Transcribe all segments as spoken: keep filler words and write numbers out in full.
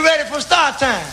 ready for start time?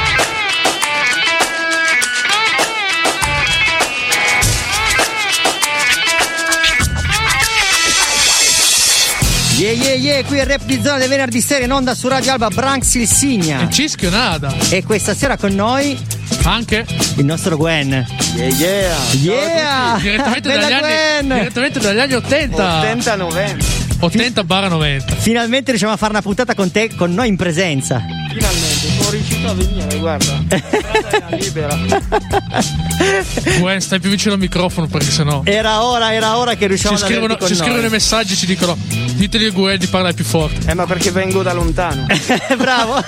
Yeah, yeah, yeah, qui è il Rap di Zona del venerdì sera in onda su Radio Alba, Branks il Signa. E Cischio nada. E questa sera con noi anche il nostro Gwen. Yeah, yeah. Yeah. Direttamente, dagli anni, direttamente dagli anni ottanta. ottanta novanta. ottanta barra novanta. Finalmente riusciamo a fare una puntata con te, con noi in presenza. Finalmente, sono riuscito a venire, guarda. La libera. Gwen, stai più vicino al microfono perché sennò. Era ora, era ora che riusciamo ci ad scrivono, con ci noi. scrivono i messaggi, ci dicono diteli a Gwen di parlare più forte. Eh, ma perché vengo da lontano. Bravo.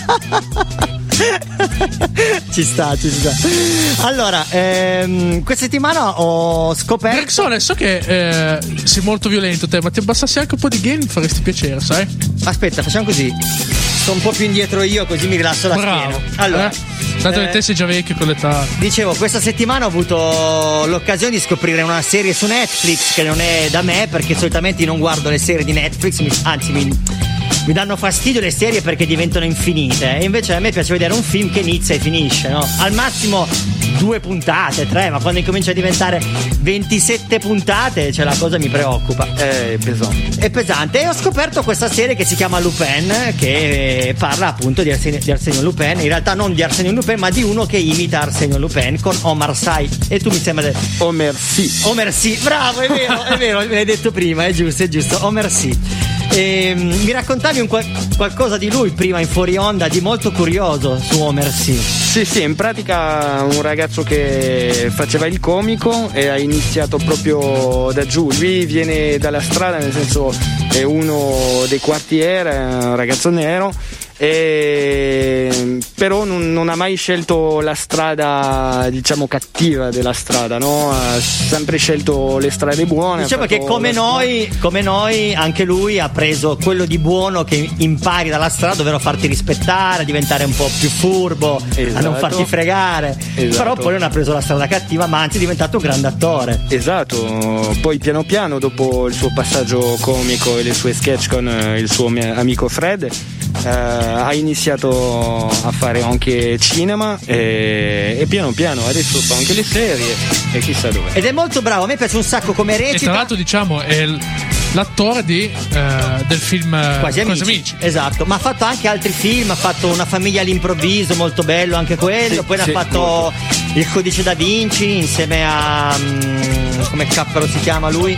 Ci sta, ci sta. Allora, ehm, questa settimana ho scoperto. Rexone, so che eh, sei molto violento te, ma ti abbassassi anche un po' di game, faresti piacere, sai? Aspetta, facciamo così. Sto un po' più indietro io, così mi rilasso la Bravo. schiena. Allora, eh? Dato che eh, te sei già vecchio con l'età. Dicevo, questa settimana ho avuto l'occasione di scoprire una serie su Netflix che non è da me, perché solitamente non guardo le serie di Netflix, mi, anzi mi. Mi danno fastidio le serie perché diventano infinite. E invece a me piace vedere un film che inizia e finisce, no? Al massimo due puntate, tre, ma quando incomincia a diventare ventisette puntate, cioè la cosa mi preoccupa. È pesante. È pesante. E ho scoperto questa serie che si chiama Lupin, che parla appunto di Arsenio, di Arsenio Lupin. In realtà non di Arsenio Lupin, ma di uno che imita Arsenio Lupin, con Omar Sy. E tu mi sembra de... Omer Sy. Omer Sy, bravo, è vero, è vero, me l'hai detto prima, è giusto, è giusto. Omer Sy. E, mi raccontavi un qual- qualcosa di lui prima in fuori onda, di molto curioso su Omer Sy. Sì, sì, in pratica un ragazzo che faceva il comico e ha iniziato proprio da giù. Lui viene dalla strada, nel senso è uno dei quartieri, un ragazzo nero. E però non, non ha mai scelto la strada, diciamo, cattiva della strada, no? Ha sempre scelto le strade buone. Diciamo che come noi, come noi anche lui ha preso quello di buono che impari dalla strada, ovvero farti rispettare, diventare un po' più furbo, esatto, a non farti fregare. Esatto. Però poi non ha preso la strada cattiva, ma anzi è diventato un grande attore. Esatto, poi piano piano dopo il suo passaggio comico e le sue sketch con eh, il suo mio amico Fred, eh, ha iniziato a fare anche cinema e, e piano piano adesso fa anche le serie e chissà dove. Ed è molto bravo, a me piace un sacco come recita. E tra l'altro diciamo è l- l'attore di, eh, del film Quasi amici. Quasi Amici. Esatto, ma ha fatto anche altri film, ha fatto Una famiglia all'improvviso, molto bello anche quello, Sì, poi sì, ha fatto molto. Il codice da Vinci insieme a um, come cappero si chiama lui?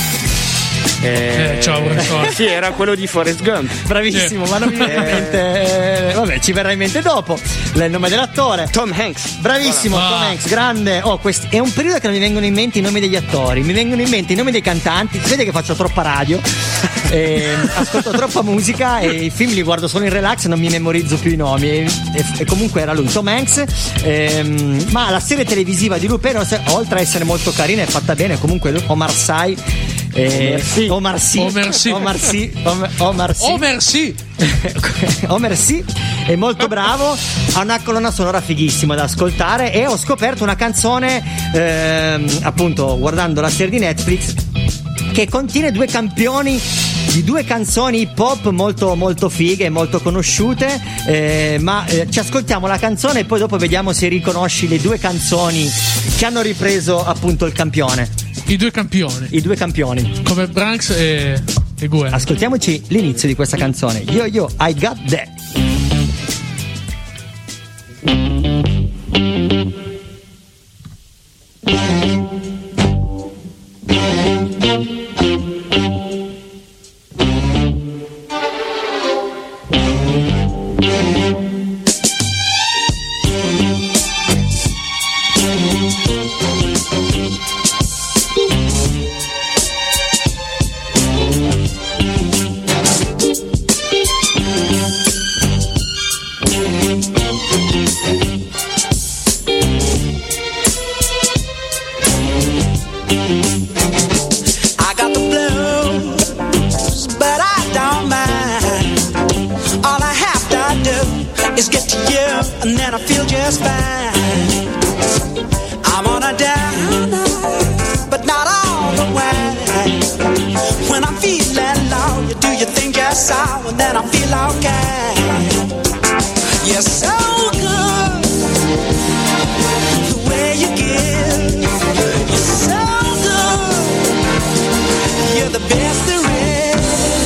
Eh, ciao, buonasera. Sì, era quello di Forrest Gump. Bravissimo, ma non mi viene in mente. eh, Vabbè, ci verrà in mente dopo. Il nome dell'attore. Tom Hanks. Bravissimo, Voilà. Tom Hanks, grande. Oh, questi, è un periodo che non mi vengono in mente i nomi degli attori, mi vengono in mente i nomi dei cantanti. Si vede che faccio troppa radio, e ascolto troppa musica e i film li guardo solo in relax e non mi memorizzo più i nomi. E, e, e comunque era lui, Tom Hanks. Ehm, ma la serie televisiva di Lupin, oltre a essere molto carina, è fatta bene. Comunque Omar Sy. Eh, Omar Sy. Omar Sy. Omar Sy. Omar Sy. Omar Sy. Oh merci. Omar Sy è molto bravo, ha una colonna sonora fighissima da ascoltare e ho scoperto una canzone ehm, appunto guardando la serie di Netflix che contiene due campioni di due canzoni hip hop molto molto fighe, molto conosciute, eh, ma eh, ci ascoltiamo la canzone e poi dopo vediamo se riconosci le due canzoni che hanno ripreso appunto il campione. I due campioni. I due campioni. Come Branks e, e Gwen. Ascoltiamoci l'inizio di questa canzone. Yo yo, I got that. You're so good, the way you give. You're so good, you're the best there is.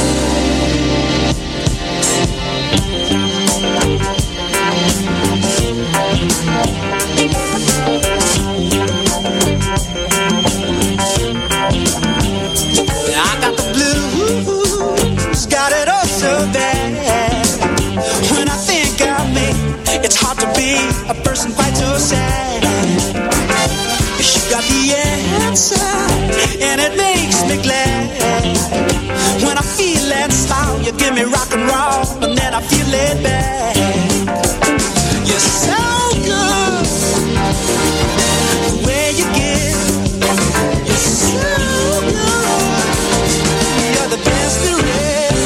I got the blues, got it all so bad. When I think of me, it's hard to be a person quite so sad. You got the answer, and it makes me glad. When I feel that sound, you give me rock and roll, and then I feel it back. You're so good, the way you give. You're so good, you're the best there is.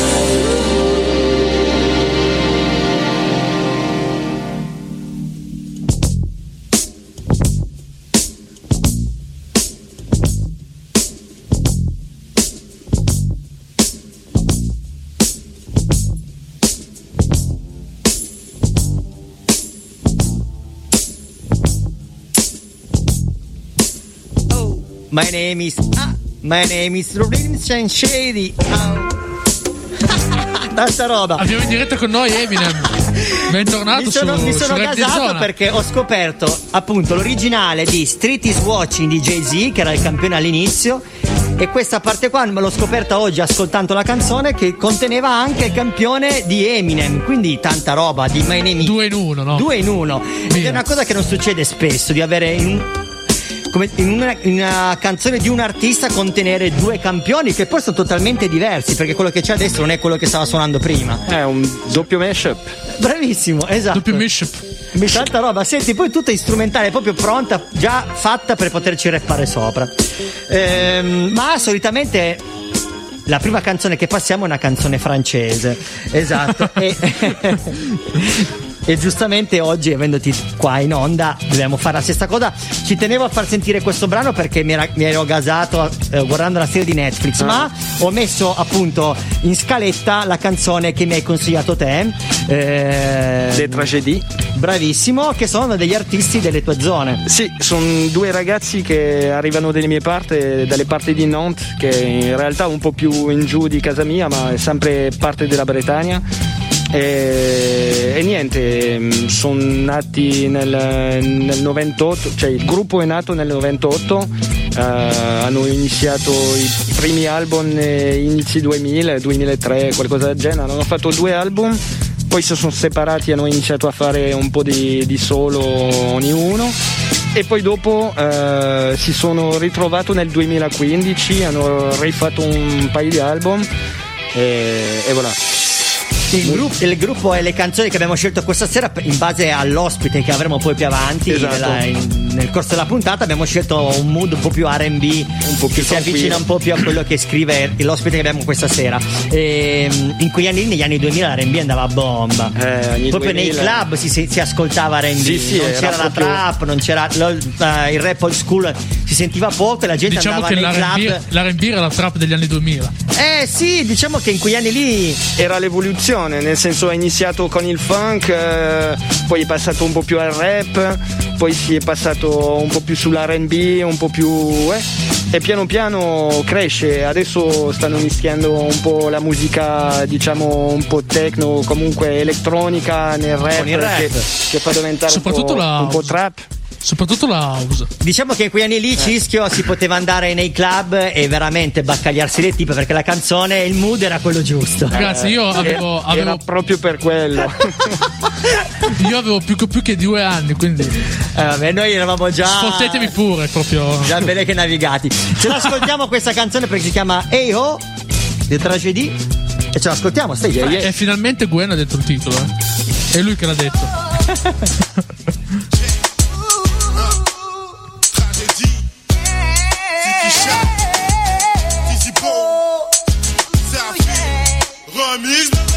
My name is ah, My name is Rinsen Shady. Oh. Tanta roba. Abbiamo in diretta con noi Eminem. Bentornato. Mi sono, su, mi sono su gasato perché ho scoperto appunto l'originale di Street is Watching di Jay-Z, che era il campione all'inizio, e questa parte qua me l'ho scoperta oggi ascoltando la canzone, che conteneva anche il campione di Eminem, quindi tanta roba di My Name is due in uno, no? Due in uno. Ed è una cosa che non succede spesso, di avere in, come in, una, in una canzone di un artista contenere due campioni che poi sono totalmente diversi, perché quello che c'è adesso non è quello che stava suonando prima. È un doppio mashup. Bravissimo, esatto. Doppio mashup. Tanta roba, senti, poi tutta strumentale, proprio pronta, già fatta per poterci rappare sopra. Ehm, ma solitamente la prima canzone che passiamo è una canzone francese. Esatto. e, e giustamente oggi, avendoti qua in onda, dobbiamo fare la stessa cosa. Ci tenevo a far sentire questo brano perché mi, era, mi ero gasato eh, guardando la serie di Netflix, ah. ma ho messo appunto in scaletta la canzone che mi hai consigliato te, eh, Le Tragédie. Bravissimo, che sono degli artisti delle tue zone. Sì, sono due ragazzi che arrivano dalle mie parti, dalle parti di Nantes, che in realtà è un po' più in giù di casa mia, ma è sempre parte della Bretagna. E, e niente, sono nati nel, nel novantotto, cioè il gruppo è nato nel novantotto, eh, hanno iniziato i primi album inizi duemila, duemilatré, qualcosa del genere, hanno fatto due album, poi si sono separati, hanno iniziato a fare un po' di, di solo ognuno, e poi dopo eh, si sono ritrovati nel duemilaquindici, hanno rifatto un paio di album e, e voilà. Il gruppo, il gruppo e le canzoni che abbiamo scelto questa sera in base all'ospite che avremo poi più avanti, esatto. nella, in, nel corso della puntata abbiamo scelto un mood un po' più R and B, un po' più che si avvicina un po' più a quello che scrive l'ospite che abbiamo questa sera. E, in quegli anni, negli anni duemila, l'R and B andava a bomba, eh, proprio duemila. Nei club si, si, si ascoltava R and B, sì, sì, non c'era la trap, non c'era lo, uh, il rap old school, si sentiva poco e la gente diciamo andava che nei club. L'R and B era la trap degli anni duemila. Eh sì, diciamo che in quegli anni lì era l'evoluzione, nel senso è iniziato con il funk, eh, poi è passato un po' più al rap, poi si è passato un po' più sull'R and B, un po' più eh, e piano piano cresce. Adesso stanno mischiando un po' la musica, diciamo un po' techno, comunque elettronica nel rap, il rap. Che, che fa diventare soprattutto un po', la un po' trap. Soprattutto la house. Diciamo che in quegli anni lì Cischio si poteva andare nei club e veramente baccagliarsi le tipe, perché la canzone, il mood era quello giusto. Ragazzi, io avevo, Era avevo proprio per quello. io avevo più che, più che due anni, quindi eh, vabbè, noi eravamo già, sfottetevi pure, proprio già bene che navigati. Ce l'ascoltiamo questa canzone perché si chiama Hey Ho, Le Tragédie, e ce l'ascoltiamo, stai yeah, yeah. E finalmente Gwen ha detto il titolo, eh. È lui che l'ha detto. Remise de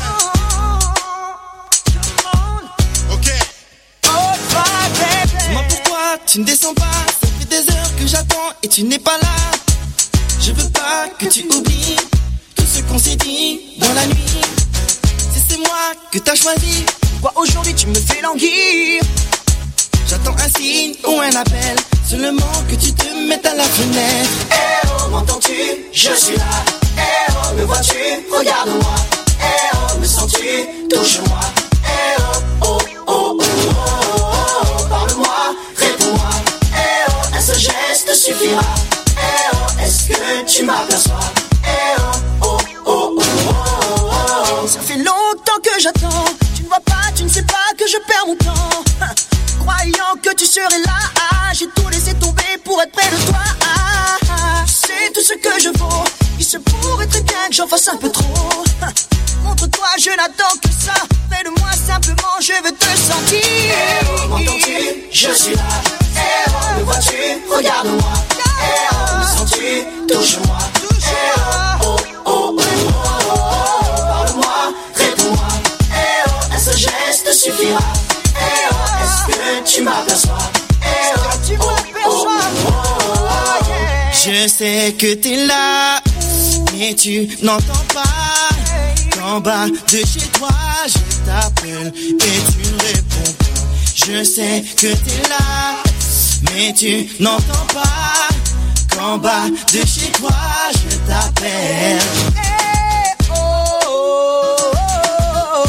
ok. Dis-moi pourquoi tu ne descends pas. Ça fait des heures que j'attends et tu n'es pas là. Je veux pas que tu oublies tout ce qu'on s'est dit dans la nuit. Si c'est moi que t'as choisi, pourquoi aujourd'hui tu tu me fais languir. J'attends un signe ou un appel, seulement que tu te mettes à la fenêtre. Eh oh, m'entends-tu? Je suis là. Eh oh, me vois-tu? Regarde-moi. Eh oh, me sens-tu? Touche-moi. Eh oh, oh, oh, oh, oh, oh, parle-moi, réponds-moi. Eh oh, un seul geste suffira. Eh oh, est-ce que tu m'aperçois? Eh oh, oh, oh, oh, oh, oh. Ça fait longtemps que j'attends. Tu ne vois pas, tu ne sais pas que je perds mon temps. Croyant que tu serais là, ah, j'ai tout laissé tomber pour être près de toi. Ah, ah, c'est tout ce que je vaux. Il se pourrait très bien que j'en fasse un peu trop. Ah, montre-toi, je n'attends que ça. Près de moi, simplement, je veux te sentir. Eh oh, m'entends-tu? Je suis là. Eh oh, me vois-tu? Regarde-moi. Eh oh, me sens-tu? Touche-moi. Eh oh, oh, oh, oh, oh, oh, parle-moi, réponds-moi. Eh oh, un seul geste suffira. Eh oh, est-ce que tu m'aperçois? Eh oh, tu m'aperçois? Oh, oh, oh, yeah. Je sais que t'es là, mais tu n'entends pas. Qu'en bas de chez toi, je t'appelle et tu ne réponds pas. Je sais que t'es là, mais tu n'entends pas. Qu'en bas de chez toi, je t'appelle. Eh oh, oh, oh, oh,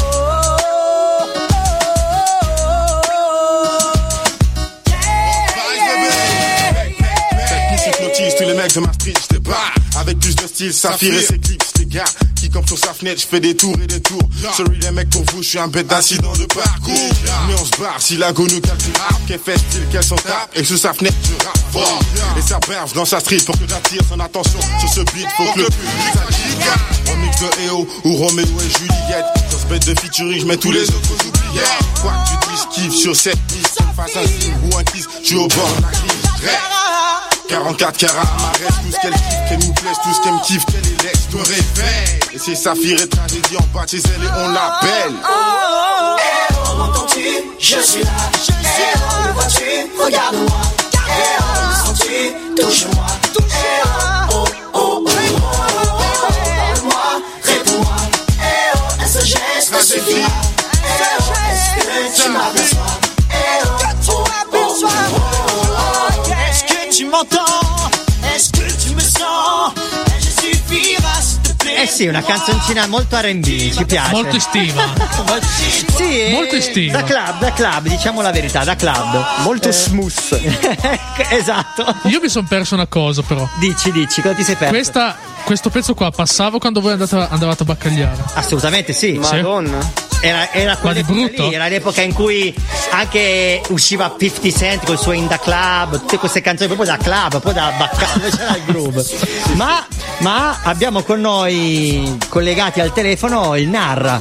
tous les mecs de ma street, j'étais bas. Avec plus de style, Saphir et ses clips, les gars qui campent sur sa fenêtre, j'fais des tours et des tours. Sorry les mecs, pour vous, j'suis un bête d'accident de parcours. Mais on se barre, si la go nous calcule, qu'elle fait style, qu'elle s'en tape, et sous sa fenêtre, je rappe fort. Et ça berge dans sa street pour que j'attire son attention sur ce beat, faut que le public s'agite. Remix de E O ou Roméo et Juliette. Sur ce bête de featuring, j'mets tous les autres aux oubliettes. Quoi que tu dises, kiffe sur cette piste, comme face un signe ou un kiss, j'suis au bord de la crise. quarante-quatre carats, m'arrête tout ce qu'elle kiffe, qu'elle nous plaise, tout ce qu'elle me kiffe, qu'elle est l'ex de réveil. Et c'est Saphir et tragédie en bas de chez elle et on l'appelle. Oh, oh, oh. Eh oh, m'entends-tu? Je suis là. Eh oh, me vois-tu? Regarde-moi. Eh oh, me sens-tu? Touche-moi. Eh oh, oh, oh, oh, oh, parle-moi, réponds-moi. Eh oh, un seul geste suffira. Eh oh, est-ce que tu m'aperçois? Eh oh, oh, oh, oh, oh, est-ce que tu m'entends? Est-ce que tu me sens? Je suffira, s'il te plaît. Eh sì, una canzoncina molto R and B, ci piace. Molto estiva. Sì, molto estiva. Da club, da club, diciamo la verità, da club. Molto Eh, smooth. Esatto. Io mi sono perso una cosa, però. Dici, dici, cosa ti sei perso? Questa, questo pezzo qua passava quando voi andate, andavate a baccagliare. Assolutamente sì. Madonna. Era, era Ma di quell'epoca brutto? lì, era l'epoca in cui anche usciva fifty Cent col suo In Da Club, tutte queste canzoni proprio da club, poi da baccaglio, c'era il groove. Ma, ma abbiamo con noi collegati al telefono il Narra.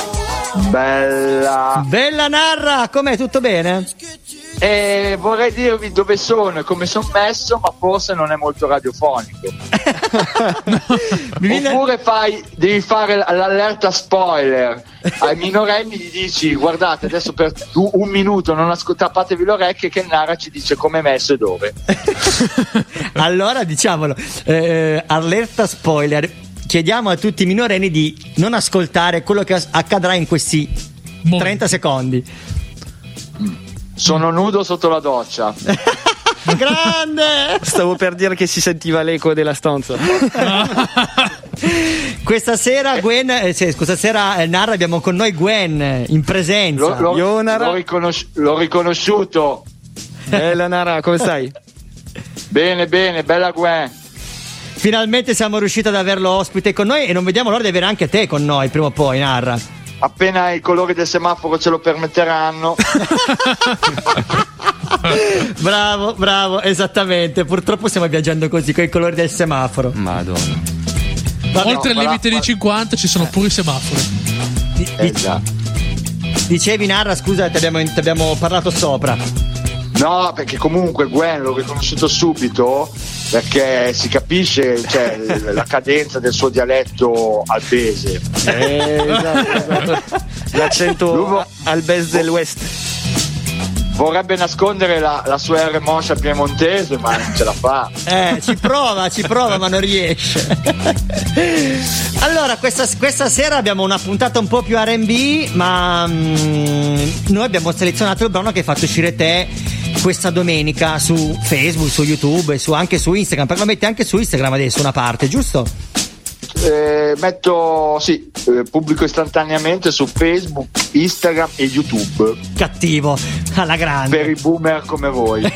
Bella. Bella Narra, com'è? Tutto bene? E vorrei dirvi dove sono e come sono messo, ma forse non è molto radiofonico. Mi viene- Oppure fai, devi fare l'allerta spoiler ai minorenni, gli dici guardate adesso per un minuto non ascol- tappatevi le orecchie che Nara ci dice come è messo e dove. Allora diciamolo, eh, allerta spoiler, chiediamo a tutti i minorenni di non ascoltare quello che accadrà in questi Momento. trenta secondi. Sono nudo sotto la doccia. Grande! Stavo per dire che si sentiva l'eco della stanza. Questa sera Gwen, eh, sì, questa sera eh, Narra, abbiamo con noi Gwen in presenza. L'ho, l'ho- Io, Nara? l'ho riconosci- l'ho riconosciuto. Bella Nara, come stai? Bene, bene, bella Gwen. Finalmente siamo riusciti ad averlo ospite con noi e non vediamo l'ora di avere anche te con noi prima o poi, Narra. Appena i colori del semaforo ce lo permetteranno. Bravo, bravo, esattamente. Purtroppo stiamo viaggiando così con i colori del semaforo. Madonna. Vabbè, Oltre il farà- limite di cinquanta ci sono pure i semafori. di- Eh, di- già. dicevi Narra, scusa, ti abbiamo, ti abbiamo parlato sopra. No, perché comunque Gwen l'ho riconosciuto subito perché si capisce, cioè, la cadenza del suo dialetto albese. Eh, esatto, esatto. L'accento Luvo- albese del West. Vorrebbe nascondere la, la sua R moscia piemontese, ma non ce la fa. Eh, ci prova, ci prova, ma non riesce. Allora, questa, questa sera abbiamo una puntata un po' più R and B, ma mm, noi abbiamo selezionato il brano che hai fatto uscire te questa domenica su Facebook, su YouTube e su, anche su Instagram, perché lo metti anche su Instagram adesso una parte, giusto? Eh, metto, sì, eh, pubblico istantaneamente su Facebook, Instagram e YouTube. Cattivo, alla grande. Per i boomer come voi.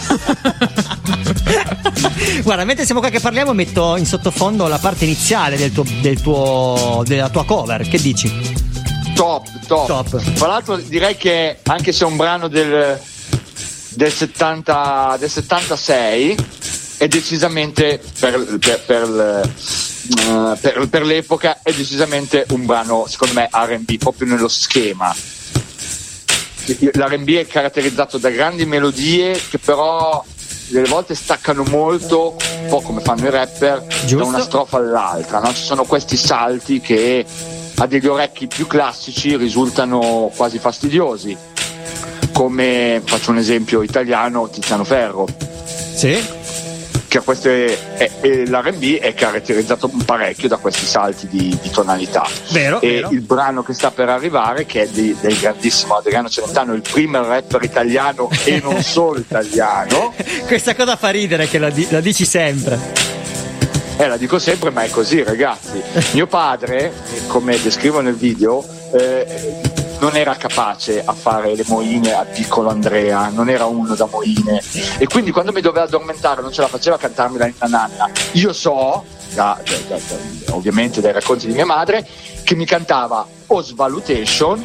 Guarda, mentre siamo qua che parliamo, metto in sottofondo la parte iniziale del tuo, del tuo, della tua cover. Che dici? Top, top, Top. Tra l'altro direi che anche se è un brano del, del, settanta, del settantasei, è decisamente per, per, per, uh, per, per l'epoca è decisamente un brano, secondo me, R and B, proprio nello schema. L'R and B è caratterizzato da grandi melodie che però delle volte staccano molto, un po' come fanno i rapper, Giusto. da una strofa all'altra, no? Ci sono questi salti che a degli orecchi più classici risultano quasi fastidiosi, come, faccio un esempio italiano, Tiziano Ferro, Sì. che a queste, è, è, l'R and B è caratterizzato parecchio da questi salti di, di tonalità. Vero, e vero. il brano che sta per arrivare, che è di, del grandissimo Adriano Celentano, il primo rapper italiano e non solo italiano. Questa cosa fa ridere che la, di- la dici sempre. Eh, la dico sempre, ma è così, ragazzi. Mio padre, come descrivo nel video, eh, non era capace a fare le moine al piccolo Andrea, non era uno da moine, e quindi quando mi doveva addormentare non ce la faceva a cantarmi la Inna Nanna. Io so, da, da, da, da, ovviamente dai racconti di mia madre, che mi cantava o Svalutation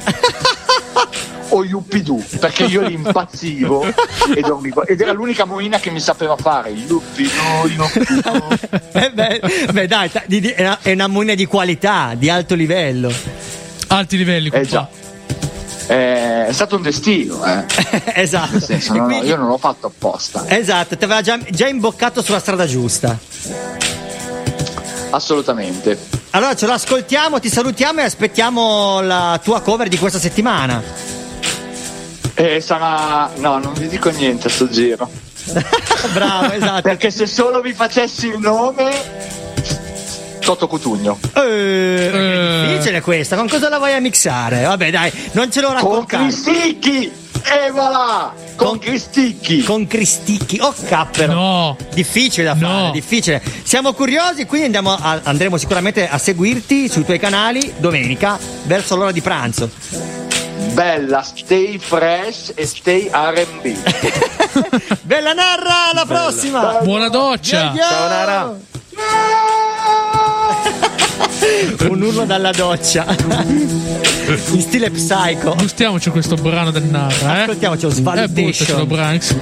o Yuppidoo, perché io li impazzivo e dormivo, ed era l'unica moina che mi sapeva fare Yuppidoo, Yuppidoo. eh beh, beh, dai, ta- di- di- è una, è una moina di qualità, di alto livello. Alti livelli, Eh già, eh, è stato un destino, eh. Esatto. Nel senso, E no, no, quindi- io non l'ho fatto apposta. Esatto, ti aveva già, già imboccato sulla strada giusta. Assolutamente. Allora ce lo ascoltiamo, ti salutiamo e aspettiamo la tua cover di questa settimana. E sarà, no, non vi dico niente a sto giro, Bravo, esatto. perché se solo vi facessi il nome, Toto Cutugno. Eh, che difficile questa, con cosa la vai a mixare? Vabbè dai, non ce lo Con raccontare. Cristicchi, e voilà, con, Con- Cristicchi. Con Cristicchi, oh cappero. No. Difficile da fare, No. difficile. Siamo curiosi, quindi andiamo a- andremo sicuramente a seguirti sui tuoi canali domenica verso l'ora di pranzo. Bella, stay fresh e stay R and B. Bella Narra, alla prossima. Buona doccia. Yo, yo. Ciao, Nara. Un urlo dalla doccia. In stile psycho. Gustiamoci questo brano del Narra, eh? Ascoltiamocelo, Eh, buttacelo, Svalutation. Branks.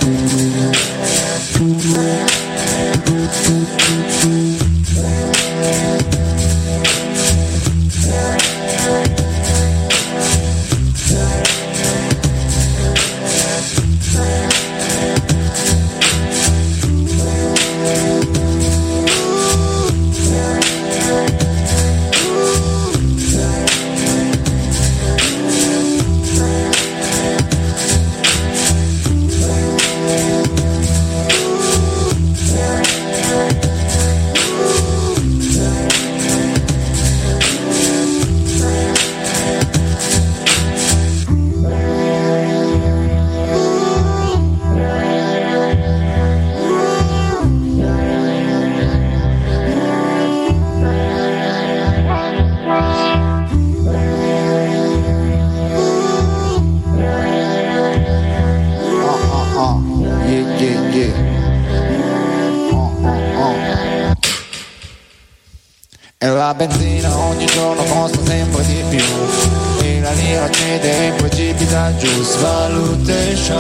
E la benzina ogni giorno costa sempre di più e la lira cede e precipita giù. Svalutation,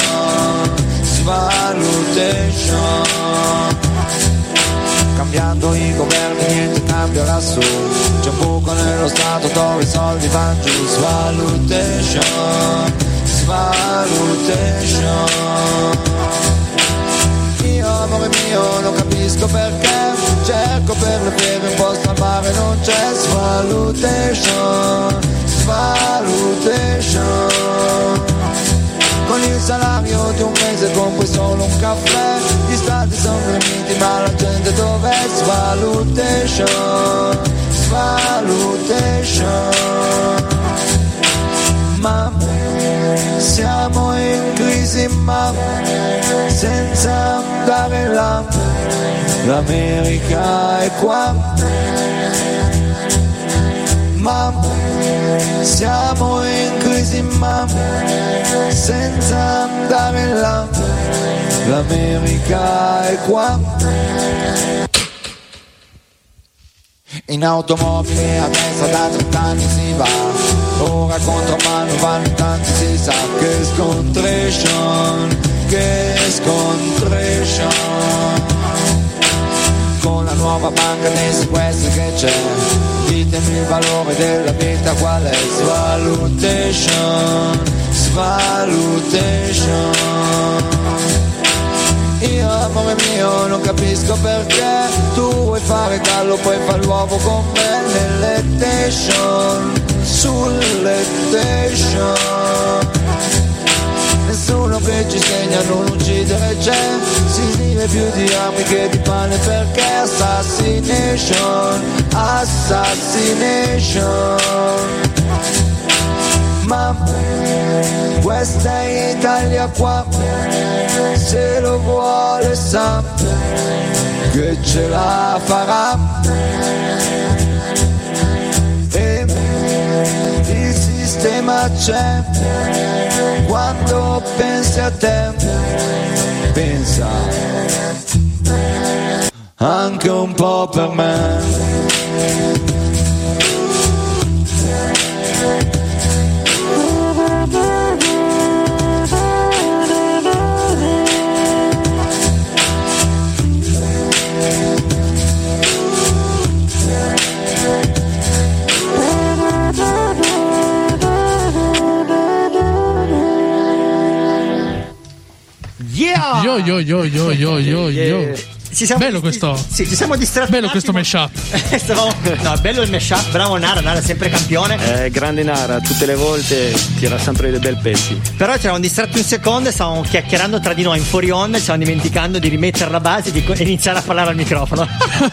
svalutation. Cambiando i governi niente cambia lassù, c'è un buco nello stato dove i soldi vanno giù. Svalutation, svalutation. Io amore mio non capisco perché, cerco per le pieve un posto al mare non c'è. Svalutation, svalutation. Con il salario di un mese compri solo un caffè, gli stati sono gremiti ma la gente dov'è? Svalutation, svalutation. Ma se crisi ma senza andare là, l'America è qua, ma siamo in crisi ma senza andare là, l'America è qua. In automobile adesso da trent'anni si va, ora contro mano vanno in tanti, si sa che scontration, che scontration. Con la nuova banca dei sequestri che c'è, ditemi il valore della vita qual è. Svalutation, svalutation. Io amore mio non capisco perché tu vuoi fare gallo poi fa l'uovo con me nell'etation, sull'etation. Nessuno che ci insegna a non uccidere c'è, si vive più di armi che di pane perché assassination, assassination. Ma questa è Italia qua, se lo vuole sa che ce la farà. E il sistema c'è, quando pensi a te, pensa anche un po' per me. Yo yo yo yo yo yo yo. Ci siamo bello questo. Sì, ci siamo distratti. Bello questo mashup. Stavamo, no, bello il mashup, bravo Nara, Nara sempre campione. Eh, grande Nara, tutte le volte tira sempre dei bel pezzi. Però ci eravamo distratti un secondo e stavamo chiacchierando tra di noi in fuori onda, ci stavamo dimenticando di rimettere la base e di co- iniziare a parlare al microfono.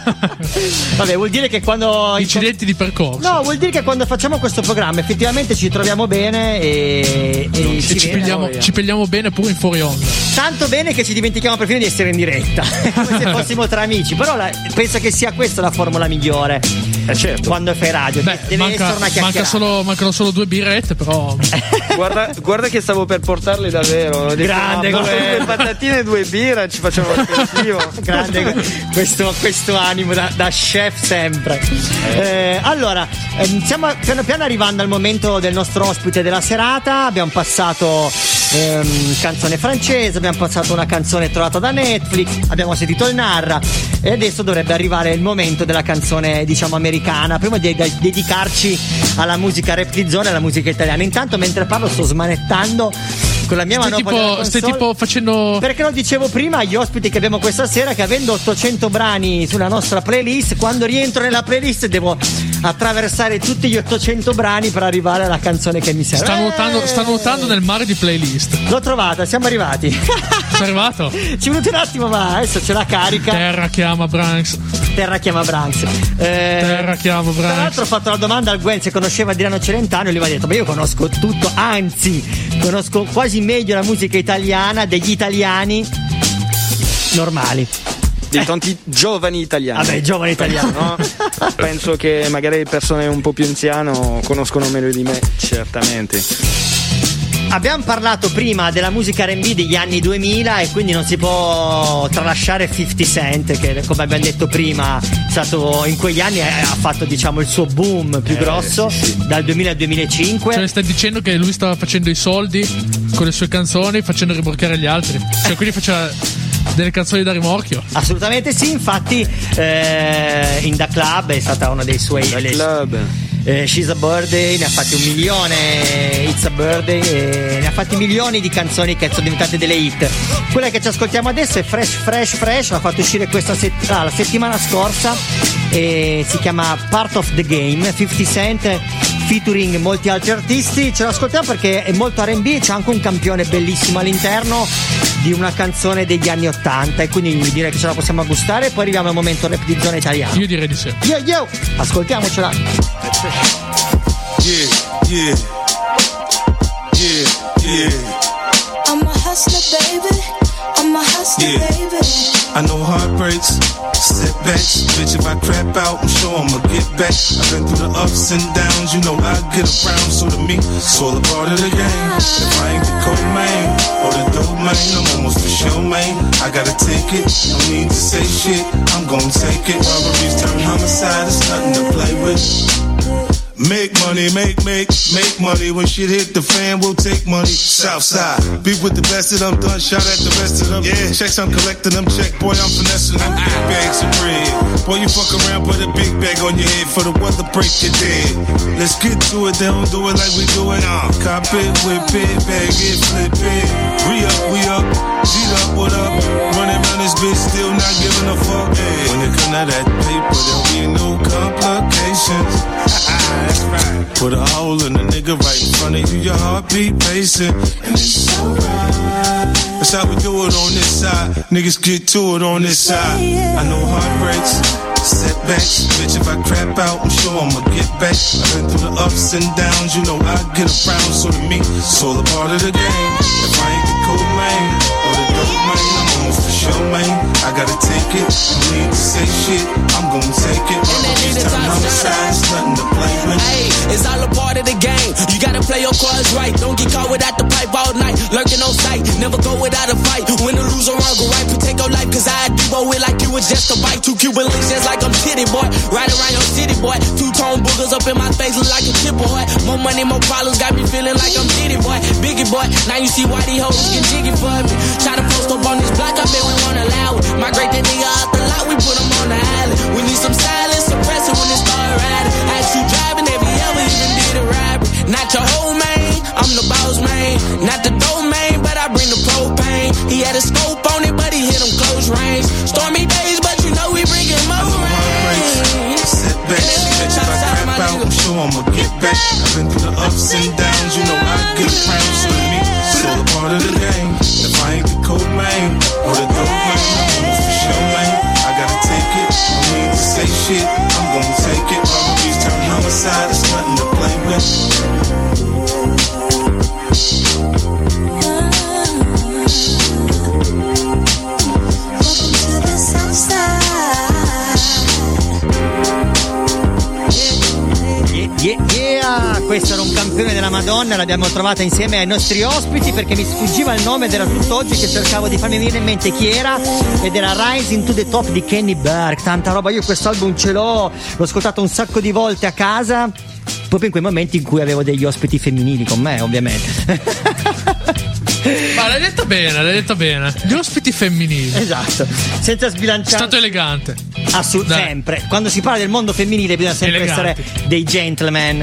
Vabbè, vuol dire che quando incidenti di percorso. No, vuol dire che quando facciamo questo programma effettivamente ci troviamo bene e, e, e ci, ci, pigliamo, ci pigliamo bene pure in fuori onda. Tanto bene che ci dimentichiamo perfino di essere in diretta, come se fossimo tra amici. Però la, penso che sia questa la formula migliore. Eh certo. Quando fai radio. Beh, deve manca, essere una chiacchierata. manca solo, mancano solo due birrette, però. guarda, guarda che stavo per portarle davvero. Grande, detto, come due patatine e due birra, ci facciamo l'aperitivo. Grande questo, questo animo da, da chef sempre. Eh, allora, eh, stiamo piano piano arrivando al momento del nostro ospite della serata. Abbiamo passato ehm, canzone francese, abbiamo passato una canzone trovata da Netflix, abbiamo sentito il Narra e adesso dovrebbe arrivare il momento della canzone, diciamo, americana, prima di dedicarci alla musica rap di zona e alla musica italiana. Intanto mentre parlo sto smanettando con la mia mano. Stai tipo, stai tipo facendo. Perché lo dicevo prima agli ospiti che abbiamo questa sera, che avendo ottocento brani sulla nostra playlist, quando rientro nella playlist devo attraversare tutti gli ottocento brani per arrivare alla canzone che mi serve. Sta nuotando, sta nuotando nel mare di playlist. L'ho trovata, siamo arrivati. Sei arrivato? Ci è venuto un attimo, ma adesso ce la carica. Terra chiama Branks. Terra chiama Branks. Eh, Terra chiama Branks. Tra l'altro ho fatto la domanda al Gwen se conosceva Adriano Celentano e lui mi ha detto: ma io conosco tutto, anzi conosco quasi meglio la musica italiana degli italiani normali, di tanti giovani italiani. Vabbè, giovani italiani, no? Penso che magari persone un po' più anziane conoscono meglio di me, certamente. Abbiamo parlato prima della musica R and B degli anni duemila e quindi non si può tralasciare fifty Cent, che come abbiamo detto prima è stato in quegli anni, ha fatto diciamo il suo boom più eh, grosso, sì, sì. dal duemila al duemilacinque. Cioè stai dicendo che lui stava facendo i soldi con le sue canzoni facendo rimorchiare gli altri, cioè quindi faceva delle canzoni da rimorchio? Assolutamente sì, infatti eh, in Da Club è stata uno dei suoi Da le, Club. Eh, She's a Birthday, ne ha fatti un milione, It's a Birthday, eh, ne ha fatti milioni di canzoni che sono diventate delle hit. Quella che ci ascoltiamo adesso è Fresh Fresh Fresh, l'ha fatto uscire questa set- ah, la settimana scorsa e si chiama Part of the Game, fifty Cent featuring molti altri artisti. Ce l'ascoltiamo perché è molto R and B e c'è anche un campione bellissimo all'interno di una canzone degli anni ottanta e quindi direi che ce la possiamo gustare e poi arriviamo al momento rap di zona italiana. Io direi di sì. Yo yo, ascoltiamocela. Yeah, yeah, yeah, yeah. I'm a hustler, Yeah, I know heartbreaks, setbacks. Bitch, if I crap out, I'm sure I'ma get back. I've been through the ups and downs, you know I get around. So to me, it's all a part of the game. If I ain't the cold man or the dope man, I'm almost for sure, man. I gotta take it, no need to say shit, I'm gonna take it. Robberies turn homicide, it's nothing to play with. Make money, make, make, make money. When shit hit the fan, we'll take money. Southside, be with the best of them, done shot at the rest of them. Yeah, checks, I'm collecting them, check, boy, I'm finessing them. Big bags of bread. Boy, you fuck around, put a big bag on your head for the weather, break your dead. Let's get to it, they don't do it like we do it. Uh, cop it, whip it, bag it, flip it. Re up, we up, G'd up, what up? Running around this bitch, still not giving a fuck. Hey, when it come to that paper, there'll be no complications. That's right. Put a hole in the nigga right in front of you, your heartbeat pacing, and it's alright. That's how we do it on this side. Niggas get to it on this side. I know heartbreaks, setbacks. Bitch, if I crap out, I'm sure I'ma get back. I've been through the ups and downs, you know I get around. So to me, it's all a part of the game. If I ain't the cold man or the dope man, I'm almost for sure, man. I gotta take it, no need to say shit, I'm gonna take it. Robberies turn homicide, it's nothing to play with. Hey, it's all a part of the game. You gotta play your cards right. Don't get caught without the pipe all night. Lurking on sight, never go without a fight. Win or lose or wrong, go right, protect your life. Cause I do it like you was just a bite. Two Cuban links just like I'm titty boy. Ride around your city boy. Two tone boogers up in my face look like a chip boy. More money, more problems, got me feeling like I'm Diddy boy. Biggie boy, now you see why these hoes get jiggy for me. Try to post up on this block, I bet we won't allow it. Migrate that nigga out the lot, we put him on the island. We need some silence, suppress it when it start riding. Ask you driving, have you ever even did a robbery? Not your whole man, I'm the boss man. Not the dough man, but I bring the propane. He had a scope on it, but he hit him close range. Stormy days, but you know we bring it more rain. Setbacks, bitch, if I crap out, I'm sure I'ma get back. I've been through the ups and downs, you know I get around. So to me, it's all a part of the game. If I ain't the cold man or the dope man, I'm almost for sure, man. I gotta take it, no need to say shit, I'm gonna take it. Robberies turn homicide, it's nothing to play with. Yeah, yeah, questo era un campione della Madonna, l'abbiamo trovata insieme ai nostri ospiti perché mi sfuggiva il nome ed era tutto oggi che cercavo di farmi venire in mente chi era, ed era Rising to the Top di Kenny Burke. Tanta roba, io questo album ce l'ho, l'ho ascoltato un sacco di volte a casa, proprio in quei momenti in cui avevo degli ospiti femminili con me, ovviamente. Ma l'hai detto bene, l'hai detto bene. Gli ospiti femminili. Esatto, senza sbilanciare. Stato elegante. Assolutamente. Sempre. Quando si parla del mondo femminile bisogna sempre Eleganti. essere dei gentleman.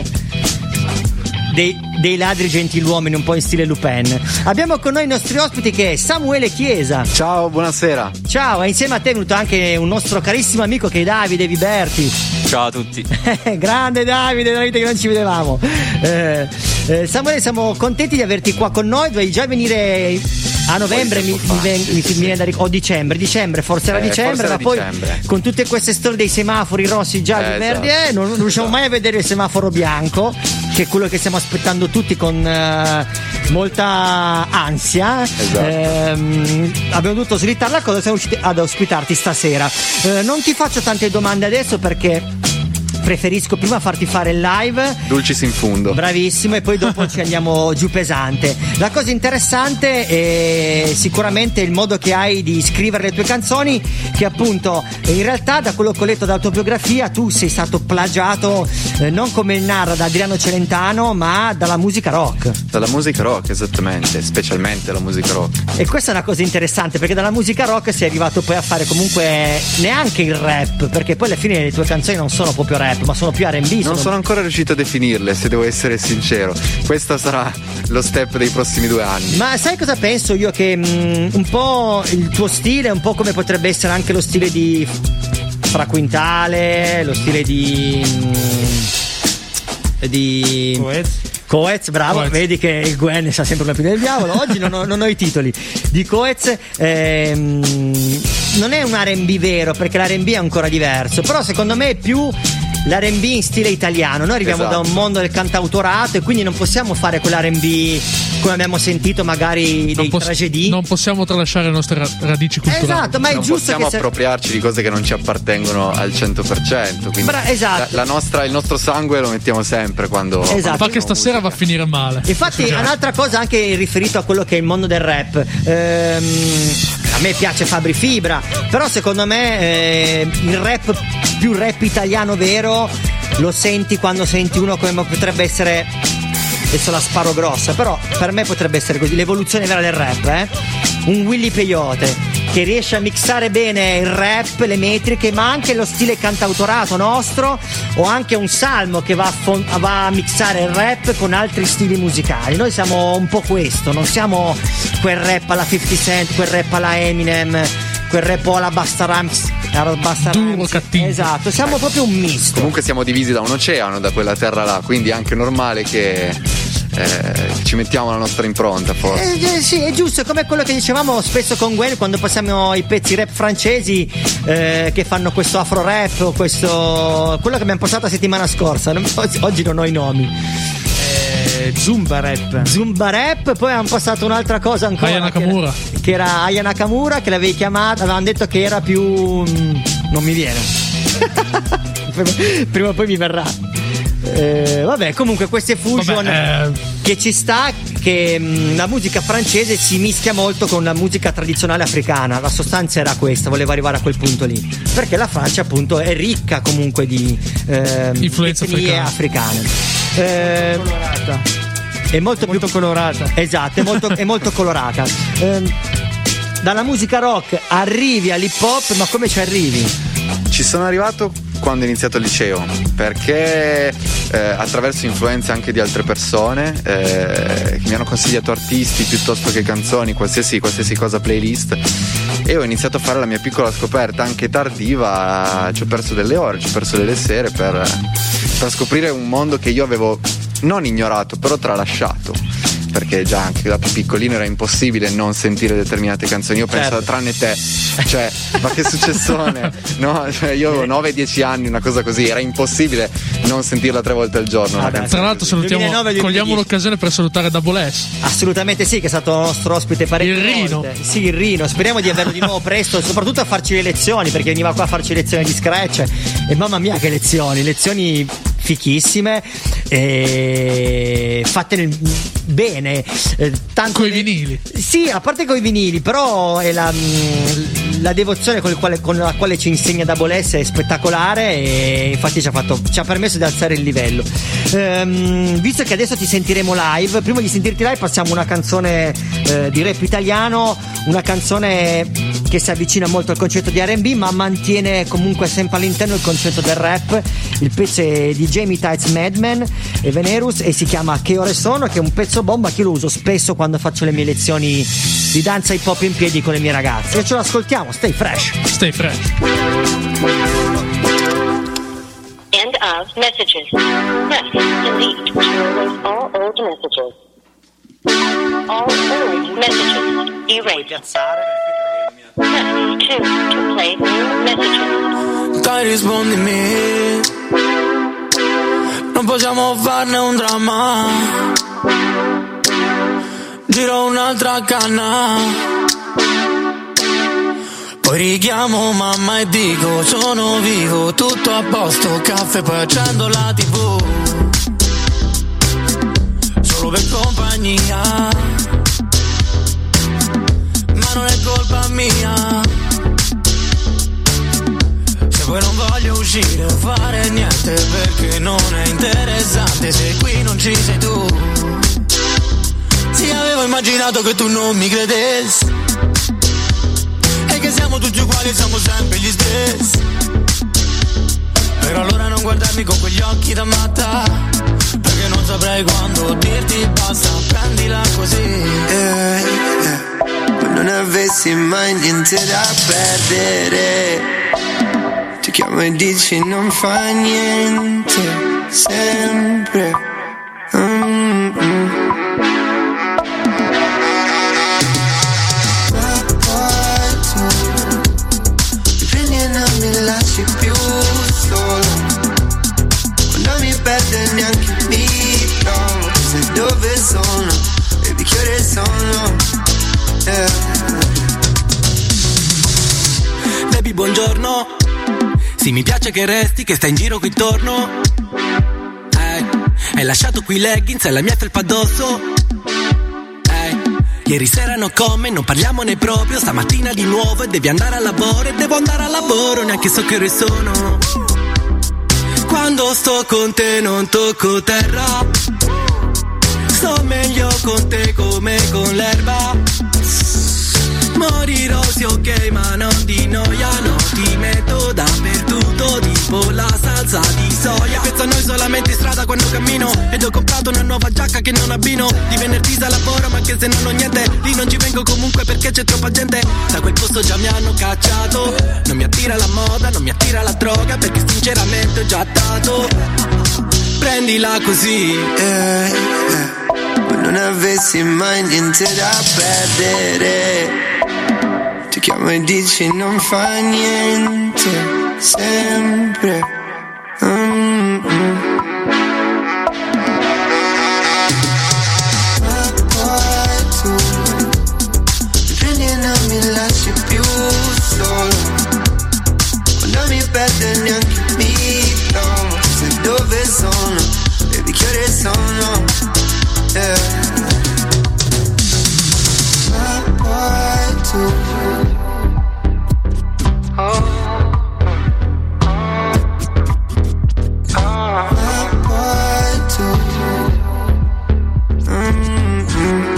Dei, dei ladri gentiluomini un po' in stile Lupin. Abbiamo con noi i nostri ospiti che è Samuele Chiesa. Ciao, buonasera. Ciao, e insieme a te è venuto anche un nostro carissimo amico che è Davide Viberti. Ciao a tutti. Grande Davide, da vita che non ci vedevamo. Eh, eh, Samuele, siamo contenti di averti qua con noi. Dovevi già venire a novembre, mi, mi, mi, mi, mi viene da ric- o dicembre, dicembre, forse era Eh, dicembre, forse era ma poi dicembre. con tutte queste storie dei semafori rossi, gialli, Eh, verdi, esatto. eh, non, non riusciamo mai a vedere il semaforo bianco, che è quello che stiamo aspettando tutti con eh, molta ansia. Esatto. Ehm, abbiamo dovuto slittare la cosa, siamo riusciti ad ospitarti stasera. Eh, non ti faccio tante domande adesso perché preferisco prima farti fare il live. Dulcis in fundo. Bravissimo, e poi dopo ci andiamo giù pesante. La cosa interessante è sicuramente il modo che hai di scrivere le tue canzoni, che appunto in realtà da quello che ho letto dalla tua biografia tu sei stato plagiato eh, non come narra da Adriano Celentano, ma dalla musica rock. Dalla musica rock, esattamente, specialmente la musica rock. E questa è una cosa interessante perché dalla musica rock sei arrivato poi a fare comunque neanche il rap, perché poi alla fine le tue canzoni non sono proprio rap ma sono più R and B. Non sono... sono ancora riuscito a definirle, se devo essere sincero. Questo sarà lo step dei prossimi due anni. Ma sai cosa penso io? Che mh, un po' il tuo stile è un po' come potrebbe essere anche lo stile di Fra Quintale, lo stile di mh, di Coez. Coez, bravo, Coez. Vedi che il Gwen ne sa sempre una più del diavolo. Oggi non ho, non ho i titoli di Coez. Ehm, non è un R and B vero, perché l'R and B è ancora diverso, però secondo me è più l'R and B in stile italiano. Noi arriviamo Esatto. da un mondo del cantautorato e quindi non possiamo fare quell'R and B come abbiamo sentito magari dei pos- tragedie. Non possiamo tralasciare le nostre ra- radici culturali. Esatto, ma è non giusto possiamo che se- appropriarci di cose che non ci appartengono al cento per cento. Quindi Bra- esatto. la, la nostra, il nostro sangue lo mettiamo sempre quando. Esatto. quando Fa che stasera va a finire male. Infatti, un'altra cosa anche riferito a quello che è il mondo del rap. Ehm, a me piace Fabri Fibra, però secondo me eh, il rap più rap italiano vero lo senti quando senti uno come potrebbe essere, adesso la sparo grossa, però per me potrebbe essere così, l'evoluzione vera del rap, eh? Un Willy Peyote che riesce a mixare bene il rap, le metriche, ma anche lo stile cantautorato nostro, o anche un Salmo che va a, fon- va a mixare il rap con altri stili musicali. Noi siamo un po' questo, non siamo quel rap alla fifty Cent, quel rap alla Eminem, quel rap alla Busta Rhymes, alla Busta Duro, Rhymes. cattivo. Esatto, siamo proprio un misto. Comunque siamo divisi da un oceano, da quella terra là, quindi è anche normale che eh, ci mettiamo la nostra impronta, forse. Eh, eh, sì, è giusto, è come quello che dicevamo spesso con Gwen quando passiamo i pezzi rap francesi eh, che fanno questo afro rap o questo, quello che abbiamo passato la settimana scorsa. Oggi non ho i nomi. Eh, Zumba rap. Zumba rap, poi abbiamo passato un'altra cosa ancora. Aya Nakamura. Che era, che era Aya Nakamura, che l'avevi chiamata, avevano detto che era più. Non mi viene. Prima o poi mi verrà. Eh, vabbè, comunque queste fusion Vabbè, eh... che ci sta, che mh, la musica francese si mischia molto con la musica tradizionale africana. La sostanza era questa, voleva arrivare a quel punto lì, perché la Francia appunto è ricca comunque di eh, influenze etnie africane. Eh, Colorata. è molto, Molto più colorata. Esatto, è molto, è molto colorata. Eh, dalla musica rock arrivi all'hip hop, ma come ci arrivi? Ci sono arrivato quando ho iniziato il liceo, perché eh, attraverso influenze anche di altre persone eh, che mi hanno consigliato artisti piuttosto che canzoni, qualsiasi, qualsiasi cosa, playlist, e ho iniziato a fare la mia piccola scoperta anche tardiva. Ci ho perso delle ore, ci ho perso delle sere per, per scoprire un mondo che io avevo non ignorato, però tralasciato, perché già anche da più piccolino era impossibile non sentire determinate canzoni. Io penso, Certo. tranne te, cioè, ma che successone, no? Cioè, io avevo nove dieci anni, una cosa così, era impossibile non sentirla tre volte al giorno. Una Ah, beh. canzone Tra l'altro così. salutiamo, duemilanove cogliamo duemiladieci. l'occasione per salutare Double S. Assolutamente sì, che è stato nostro ospite parecchie Il Rino. volte. Sì, il Rino. Speriamo di averlo di nuovo presto, soprattutto a farci le lezioni, perché veniva qua a farci lezioni di scratch. E mamma mia che lezioni, lezioni fichissime, e fatte nel- bene, eh, tanto Coi le- vinili. Sì, a parte coi vinili, però è la, mh, la devozione con, il quale, con la quale ci insegna Double S è spettacolare, e infatti ci ha, fatto, ci ha permesso di alzare il livello. Ehm, visto che adesso ti sentiremo live, prima di sentirti live passiamo una canzone eh, di rap italiano, una canzone che si avvicina molto al concetto di R and B, ma mantiene comunque sempre all'interno il concetto del rap. Il pezzo è di Jamie Tights Madman e Venerus e si chiama Che ore sono, che è un pezzo bomba che io lo uso spesso quando faccio le mie lezioni di danza hip hop in piedi con le mie ragazze. E ce lo ascoltiamo, stay fresh. Stay fresh. End of messages. Press delete to erase all old messages. All old messages erased. Press two to play new messages. Dai, rispondimi, non possiamo farne un dramma. Giro un'altra canna, poi richiamo mamma e dico sono vivo, tutto a posto, caffè, poi accendo la tivù, solo per compagnia, ma non è colpa mia. Se poi non voglio uscire o fare niente, perché non è interessante se qui non ci sei tu. Sì, avevo immaginato che tu non mi credessi, e che siamo tutti uguali, siamo sempre gli stessi. Però allora non guardarmi con quegli occhi da matta, perché non saprei quando dirti basta, prendila così. Eh, eh, non avessi mai niente da perdere, ti chiamo e dici non fa niente, sempre. Mm-mm. Mi lasci più solo, quando mi perde neanche mi trovo, sai dove sono, baby buongiorno. Sì, mi piace che resti, che stai in giro qui intorno. Eh, hai lasciato qui i leggings e la mia felpa addosso. Eh, ieri sera no come, non parliamone proprio. Stamattina di nuovo e devi andare al lavoro. E devo andare al lavoro, neanche so che ore sono. Quando sto con te non tocco terra. Sto meglio con te come con l'erba. Morirò sì ok ma non di noia. No, ti metto dappertutto tipo la salsa di soia. Penso a noi solamente in strada quando cammino. Ed ho comprato una nuova giacca che non abbino. Di venerdì al lavoro ma anche se non ho niente. Lì non ci vengo comunque perché c'è troppa gente. Da quel posto già mi hanno cacciato. Non mi attira la moda, non mi attira la droga. Perché sinceramente ho già dato. Prendila così. Eh, eh. Non avessi mai niente da perdere. Ti chiamo e dici non fa niente. Sempre. Mm-mm. Ma poi tu mi prendi e non mi lasci più solo. Quando mi perdo neanche mi trovo. Se dove sono, baby che ore sono. Yeah. Ma poi tu oh. Oh. Ma poi tu mm-hmm.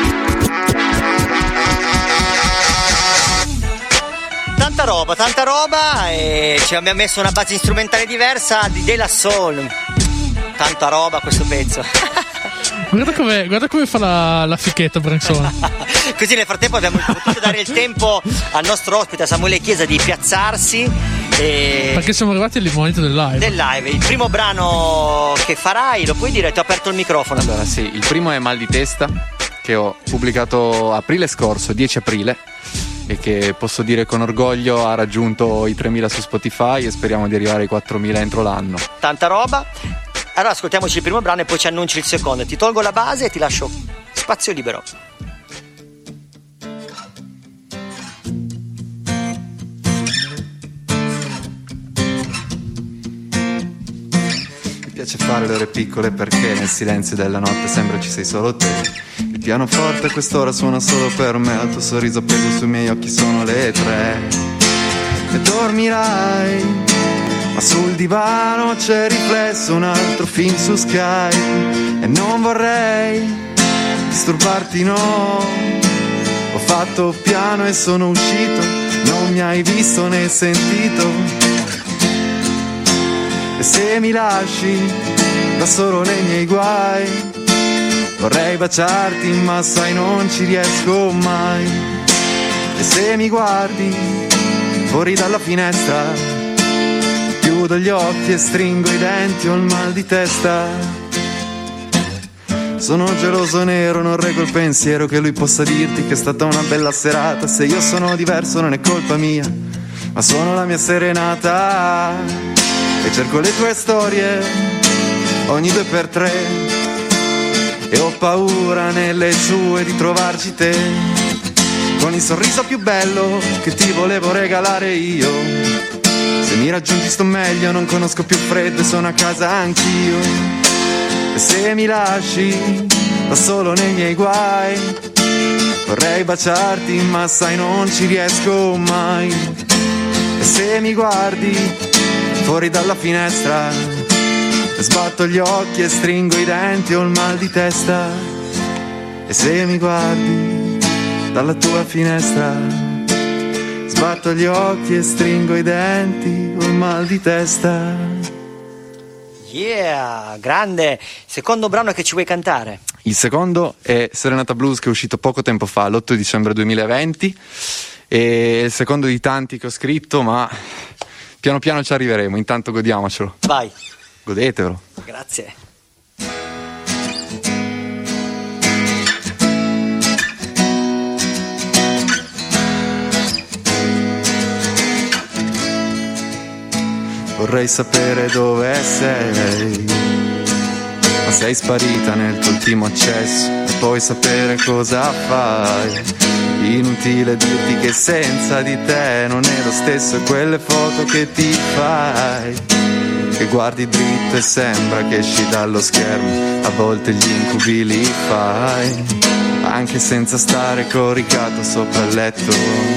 Tanta roba, tanta roba e ci abbiamo messo una base strumentale diversa di De La Soul. Tanta roba questo pezzo. Guarda come, guarda come fa la, la fichetta Branzone. Così nel frattempo abbiamo potuto dare il tempo al nostro ospite, a Samuele Chiesa, di piazzarsi e... Perché siamo arrivati al momento del live. Del live, il primo brano che farai, lo puoi dire? Ti ho aperto il microfono. Allora sì, il primo è Mal di testa, che ho pubblicato aprile scorso, dieci aprile, e che posso dire con orgoglio ha raggiunto i tremila su Spotify e speriamo di arrivare ai quattromila entro l'anno. Tanta roba. Allora ascoltiamoci il primo brano e poi ci annunci il secondo. Ti tolgo la base e ti lascio spazio libero. Mi piace fare le ore piccole perché nel silenzio della notte sembra ci sei solo te. Il pianoforte a quest'ora suona solo per me, il tuo sorriso appeso sui miei occhi sono le tre. E dormirai, ma sul divano c'è riflesso un altro film su Sky. E non vorrei disturbarti, no. Ho fatto piano e sono uscito, non mi hai visto né sentito. E se mi lasci da solo nei miei guai, vorrei baciarti ma sai non ci riesco mai. E se mi guardi fuori dalla finestra, chiudo gli occhi e stringo i denti, ho il mal di testa. Sono geloso nero, non reggo il pensiero che lui possa dirti che è stata una bella serata. Se io sono diverso non è colpa mia, ma sono la mia serenata. E cerco le tue storie ogni due per tre, e ho paura nelle sue di trovarci te, con il sorriso più bello che ti volevo regalare io. Se mi raggiungi sto meglio, non conosco più freddo e sono a casa anch'io. E se mi lasci da solo nei miei guai, vorrei baciarti ma sai non ci riesco mai. E se mi guardi fuori dalla finestra, sbatto gli occhi e stringo i denti, ho il mal di testa. E se mi guardi dalla tua finestra, sbatto gli occhi e stringo i denti, ho il mal di testa. Yeah, grande. Secondo brano che ci vuoi cantare? Il secondo è Serenata Blues, che è uscito poco tempo fa, l'otto dicembre duemilaventi. È il secondo di tanti che ho scritto, ma piano piano ci arriveremo, intanto godiamocelo. Vai. Godetevelo. Grazie. Vorrei sapere dove sei, ma sei sparita nel tuo ultimo accesso e puoi sapere cosa fai. Inutile dirti che senza di te non è lo stesso quelle foto che ti fai, che guardi dritto e sembra che esci dallo schermo, a volte gli incubi li fai, anche senza stare coricato sopra il letto.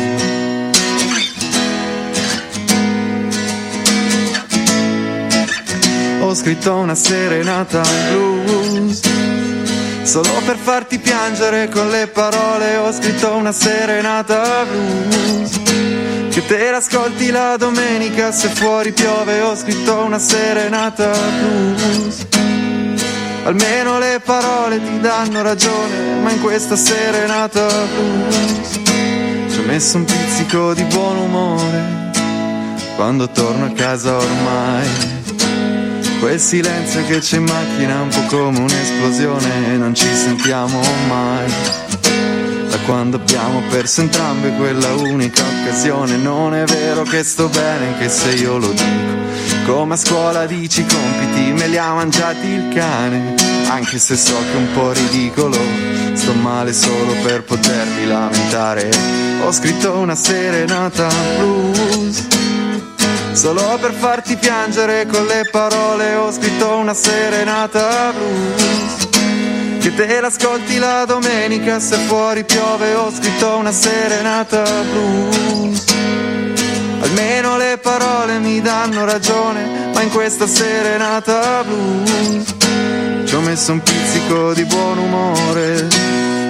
Ho scritto una serenata blues solo per farti piangere con le parole. Ho scritto una serenata blues che te l'ascolti la domenica se fuori piove. Ho scritto una serenata blues, almeno le parole ti danno ragione, ma in questa serenata blues ci ho messo un pizzico di buon umore quando torno a casa ormai. Quel silenzio che c'è in macchina è un po' come un'esplosione e non ci sentiamo mai. Da quando abbiamo perso entrambe quella unica occasione. Non è vero che sto bene anche se io lo dico, come a scuola dici i compiti me li ha mangiati il cane, anche se so che è un po' ridicolo, sto male solo per potermi lamentare. Ho scritto una serenata blues solo per farti piangere con le parole. Ho scritto una serenata blues che te l'ascolti la domenica se fuori piove. Ho scritto una serenata blues, almeno le parole mi danno ragione, ma in questa serenata blues ci ho messo un pizzico di buon umore.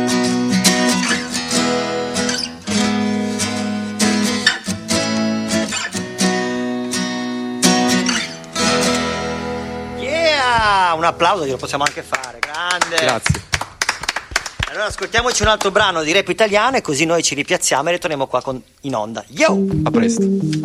Un applauso glielo possiamo anche fare, grande. Grazie. Allora ascoltiamoci un altro brano di rap italiano e così noi ci ripiazziamo e ritorniamo qua con, in onda. Yo! A presto.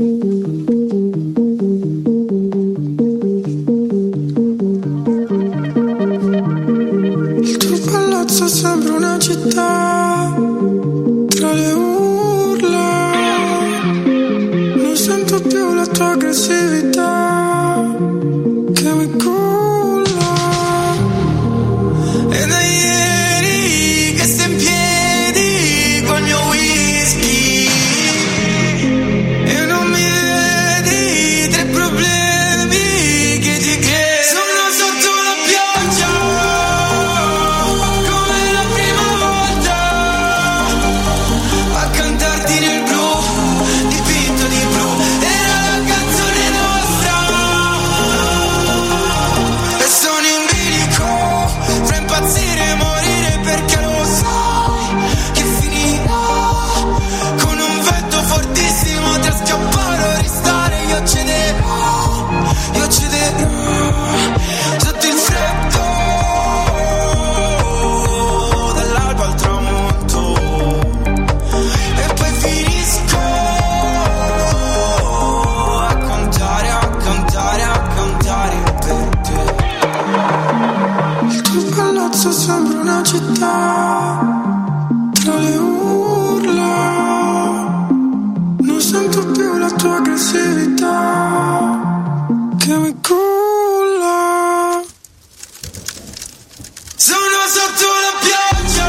Il tuo palazzo sembra una città tra le urla, non sento più la tua aggressività che mi culla. E da ieri che stai in piedi col mio whisky e non mi vedi tra i problemi che ti crei. Sono sotto la pioggia come la prima volta a cantarti nel blu dipinto di blu. Era la canzone nostra e sono in bilico fra impazzire e morire, perché lo sai che finirà con un vento fortissimo tra scappare o restare. Io cederò, io cederò sotto il freddo dall'alba al tramonto e poi finisco a cantare, a cantare, a cantare per te. Il tuo palazzo sembra una città tra le urla, non sento più la tua aggressività che mi culla. Sono sotto la pioggia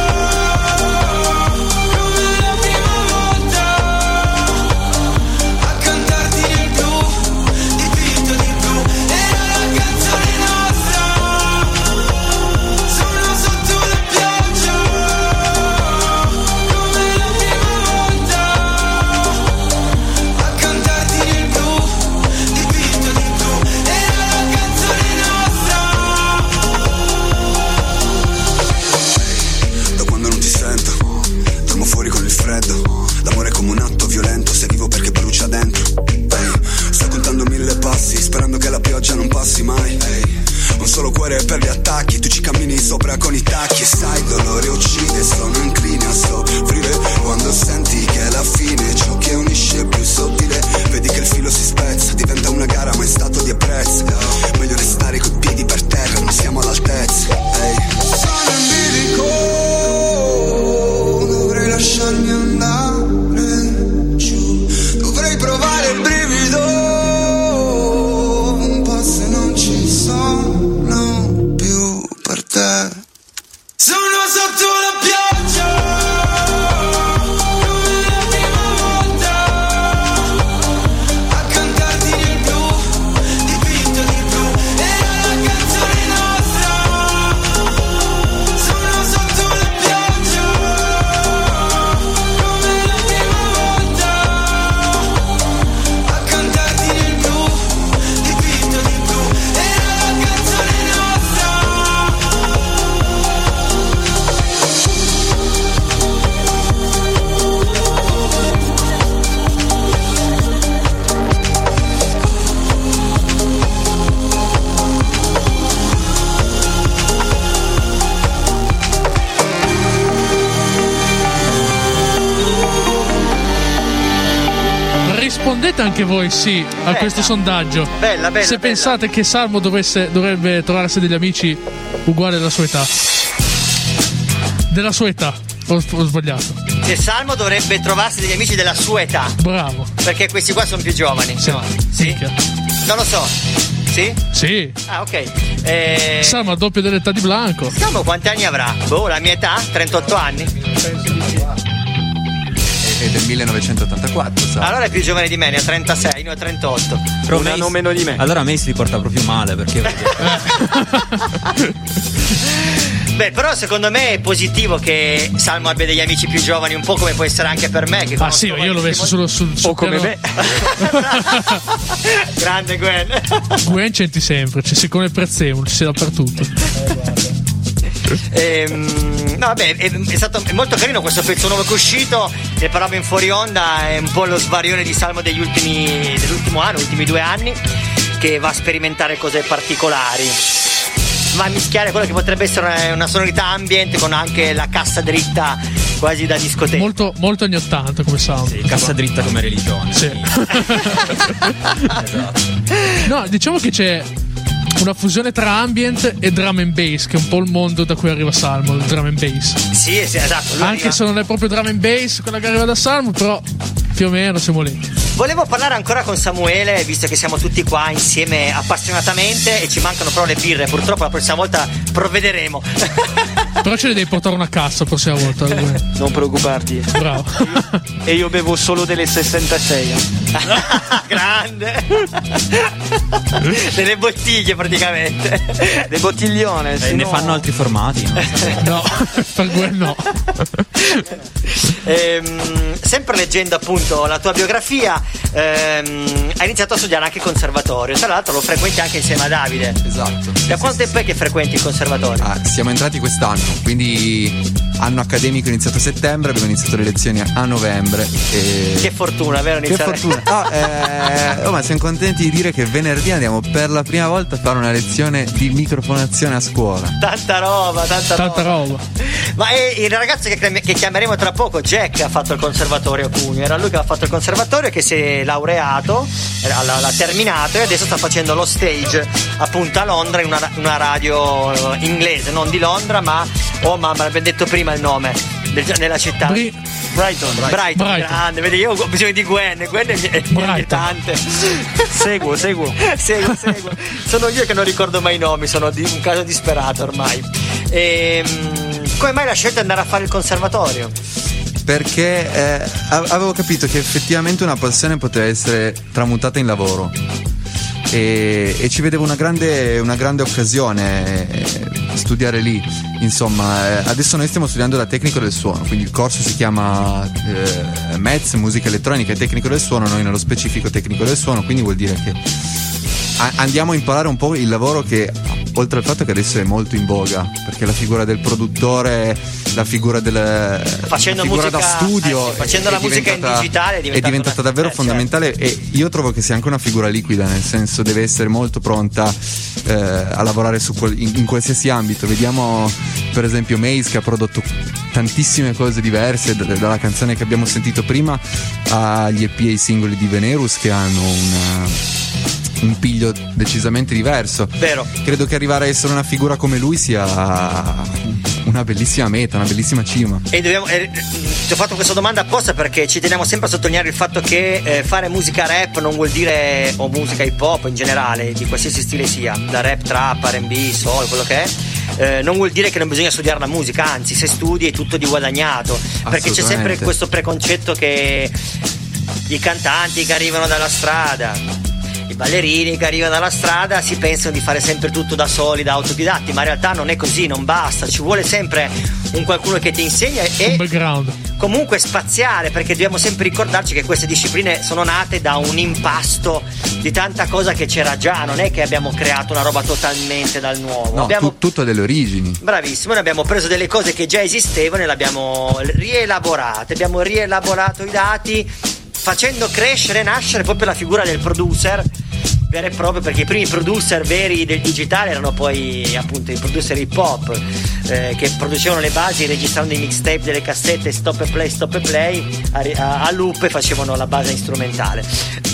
come la prima volta a cantarti nel blu dipinto di blu. Era la canzone nostra. Sono sotto la pioggia come la prima volta a cantarti nel blu dipinto di blu. Era la canzone nostra. Da quando non ti sento, dormo fuori con il freddo. L'amore è come un atto violento, se vivo perché brucia dentro. Ehi, sto contando mille passi, sperando che la pioggia non passi mai. Ehi, un solo cuore per gli attacchi, tu ci cammini sopra con i tacchi. E sai, il dolore uccide, sono incline a soffrire quando senti che è la fine. Ciò che unisce è più sottile, vedi che il filo si spezza, diventa una gara ma è stato di apprezzo. Meglio restare coi piedi per terra, non siamo all'altezza. Ehi, sono in bilico, dovrei lasciarmi andare giù, dovrei provare il brivido un po' se non ci sono più rispondete anche voi sì a Bella. questo sondaggio. Bella, bella, Se bella. pensate che Salmo dovesse, dovrebbe trovarsi degli amici uguali alla sua età. Della sua età, ho, ho sbagliato. Che Salmo dovrebbe trovarsi degli amici della sua età. Bravo. Perché questi qua sono più giovani. Sì. No? Sì? Non lo so. Sì? Sì. Ah, ok. Eh... Salmo al doppio dell'età di Blanco. Salmo quanti anni avrà? Boh, la mia età? trentotto anni. È del millenovecentottantaquattro, sa. Allora è più giovane di me, ne ha trentasei, ne ho trentotto. Però Un Mace- anno meno di me. Allora Mace li porta proprio male perché Beh, però secondo me è positivo che Salmo abbia degli amici più giovani, un po' come può essere anche per me. Che Ah sì, io l'ho messo solo sul, sul O come piano. me. Grande Gwen. Gwen c'enti sempre, c'è siccome il prezzemolo, ci sei dappertutto. Ehm, no, vabbè, è, è stato è molto carino questo pezzo nuovo che è uscito. Ne parlavo in fuori onda. È un po' lo svarione di Salmo degli ultimi dell'ultimo anno, ultimi due anni, che va a sperimentare cose particolari. Va a mischiare quello che potrebbe essere una, una sonorità ambient con anche la cassa dritta quasi da discoteca. Molto, molto anni ottanta come sound. sì, cassa dritta come religione. Sì. No, diciamo che c'è una fusione tra ambient e drum and bass, che è un po' il mondo da cui arriva Salmo, il drum and bass. Sì, sì, esatto. lui Anche arriva- se non è proprio drum and bass quella che arriva da Salmo, però più o meno siamo lì. Volevo parlare ancora con Samuele, visto che siamo tutti qua insieme appassionatamente e ci mancano però le birre. Purtroppo la prossima volta provvederemo. Però ce ne devi portare una cassa la prossima volta. Non preoccuparti. Bravo. E io bevo solo delle sessantasei. Grande. Delle bottiglie praticamente. Del bottiglione. E se ne no- fanno altri formati, no? No, per Gwen no. Ehm, sempre leggendo appunto la tua biografia, ehm, hai iniziato a studiare anche il conservatorio. Tra l'altro lo frequenti anche insieme a Davide. Esatto. Da quanto tempo è che frequenti il conservatorio? Ah, siamo entrati quest'anno, quindi anno accademico iniziato a settembre, abbiamo iniziato le lezioni a novembre. E... Che fortuna, vero? Che Iniziare... fortuna! Ah, eh, oh, ma siamo contenti di dire che venerdì andiamo per la prima volta a fare una lezione di microfonazione a scuola. Tanta roba, tanta, Tanta roba. Ma è il ragazzo che, che chiameremo tra poco, Jack, ha fatto il conservatorio a Cuneo. Era lui che ha fatto il conservatorio, che si è laureato, l'ha, l'ha terminato e adesso sta facendo lo stage appunto a Londra in una, una radio inglese, non di Londra, ma oh mamma, l'abbiamo detto prima il nome del, della città. Bri- Brighton, Brighton, Brighton. grande, vedi, io ho bisogno di Gwen, Gwen è, è inquietante. Seguo, seguo. seguo, seguo. Sono io che non ricordo mai i nomi, sono di un caso disperato ormai. Ehm, come mai la scelta di andare a fare il conservatorio? Perché eh, avevo capito che effettivamente una passione poteva essere tramutata in lavoro e, e ci vedevo una grande, una grande occasione eh, studiare lì. Insomma, eh, adesso noi stiamo studiando da tecnico del suono, quindi il corso si chiama eh, M E Z, musica elettronica e tecnico del suono, noi nello specifico tecnico del suono, quindi vuol dire che a- andiamo a imparare un po' il lavoro che, oltre al fatto che adesso è molto in voga, perché la figura del produttore, la figura del Facendo la figura musica- da studio eh sì, facendo è la musica in diventata- digitale è è diventata diventata una- davvero eh, fondamentale e io trovo che sia anche una figura liquida, nel senso deve essere molto pronta eh, a lavorare su quel- in, in qualsiasi ambito. Vediamo per esempio Mace che ha prodotto tantissime cose diverse, d- dalla canzone che abbiamo sentito prima agli E P e ai singoli di Venerus che hanno una un piglio decisamente diverso. Vero. Credo che arrivare a essere una figura come lui sia una bellissima meta, una bellissima cima. E dobbiamo, eh, ti ho fatto questa domanda apposta perché ci teniamo sempre a sottolineare il fatto che eh, fare musica rap non vuol dire, o musica hip hop in generale, di qualsiasi stile sia, da rap, trap, R and B, soul, quello che è, eh, non vuol dire che non bisogna studiare la musica, anzi se studi è tutto di guadagnato, perché c'è sempre Assolutamente. questo preconcetto che i cantanti che arrivano dalla strada, i ballerini che arrivano dalla strada si pensano di fare sempre tutto da soli, da autodidatti, ma in realtà non è così, non basta, ci vuole sempre un qualcuno che ti insegna e Un background. comunque spaziare, perché dobbiamo sempre ricordarci che queste discipline sono nate da un impasto di tanta cosa che c'era già, non è che abbiamo creato una roba totalmente dal nuovo. No, abbiamo... tu- tutto ha delle origini. Bravissimo, noi abbiamo preso delle cose che già esistevano e le abbiamo rielaborate, abbiamo rielaborato i dati facendo crescere e nascere proprio la figura del producer vero e proprio, perché i primi producer veri del digitale erano poi appunto i producer hip hop eh, che producevano le basi registrando i mixtape delle cassette, stop e play, stop e play a, a, a loop, e facevano la base strumentale.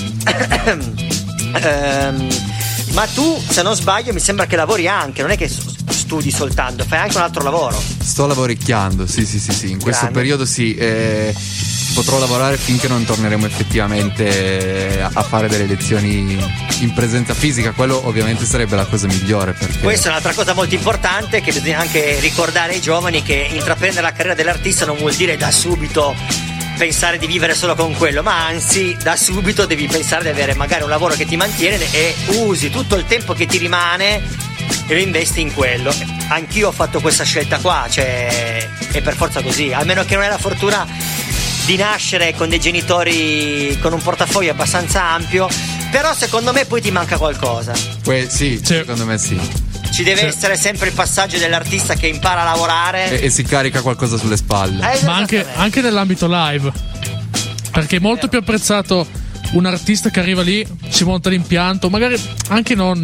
um, ma tu, se non sbaglio, mi sembra che lavori anche, non è che studi soltanto, fai anche un altro lavoro. Sto lavoricchiando, sì sì sì sì, in questo Grande. periodo sì, eh, potrò lavorare finché non torneremo effettivamente a fare delle lezioni in presenza fisica. Quello ovviamente sarebbe la cosa migliore, perché Questa è un'altra cosa molto importante che bisogna anche ricordare ai giovani, che intraprendere la carriera dell'artista non vuol dire da subito pensare di vivere solo con quello, ma anzi da subito devi pensare di avere magari un lavoro che ti mantiene e usi tutto il tempo che ti rimane e lo investi in quello. Anch'io ho fatto questa scelta qua, cioè è per forza così, almeno che non hai la fortuna di nascere con dei genitori con un portafoglio abbastanza ampio, però secondo me poi ti manca qualcosa. Poi, sì, sì, secondo me sì. Ci deve Sì. essere sempre il passaggio dell'artista che impara a lavorare E, e si carica qualcosa sulle spalle. Eh, Ma anche, anche nell'ambito live, perché è molto più apprezzato un artista che arriva lì, si monta l'impianto, magari anche non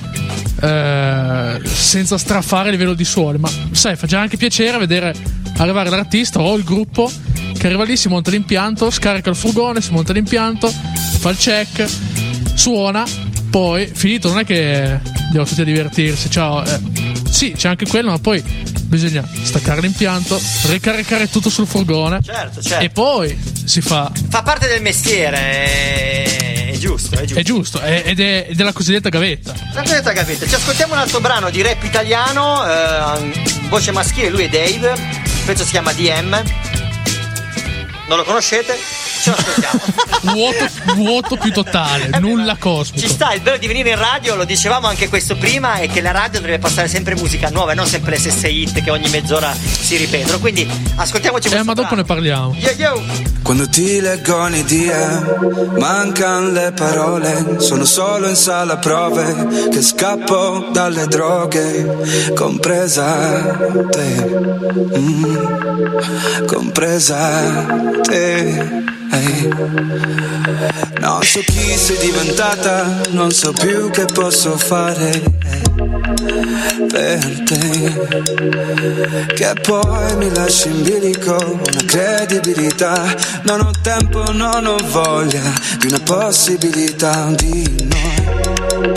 eh, senza strafare a livello di suoni, ma sai, fa già anche piacere vedere arrivare l'artista o il gruppo che arriva lì, si monta l'impianto, scarica il furgone, si monta l'impianto, fa il check, suona, poi finito, non è che andiamo tutti a divertirsi, ciao, eh, sì, c'è anche quello, ma poi bisogna staccare l'impianto, ricaricare tutto sul furgone, certo, certo. e poi si fa. Fa parte del mestiere, è, è giusto, è giusto. È giusto, è, ed è della cosiddetta gavetta. La cosiddetta gavetta. Ci ascoltiamo un altro brano di rap italiano, eh, voce maschile, lui è Dave, il pezzo si chiama D M. Non lo conoscete? Ce lo ascoltiamo. vuoto, vuoto più totale, nulla cosmico. Ci sta, il bello di venire in radio, lo dicevamo anche questo prima, è che la radio dovrebbe passare sempre musica nuova e non sempre le stesse hit che ogni mezz'ora si ripetono. Quindi ascoltiamoci questo Eh, ma dopo brano. ne parliamo. Yo, yo. Quando ti leggo nei D M mancano le parole, sono solo in sala prove che scappo dalle droghe, compresa te, mm, compresa te. Ehi. Non so chi sei diventata, non so più che posso fare eh, per te, che poi mi lasci in bilico una credibilità. Non ho tempo, non ho voglia di una possibilità di noi,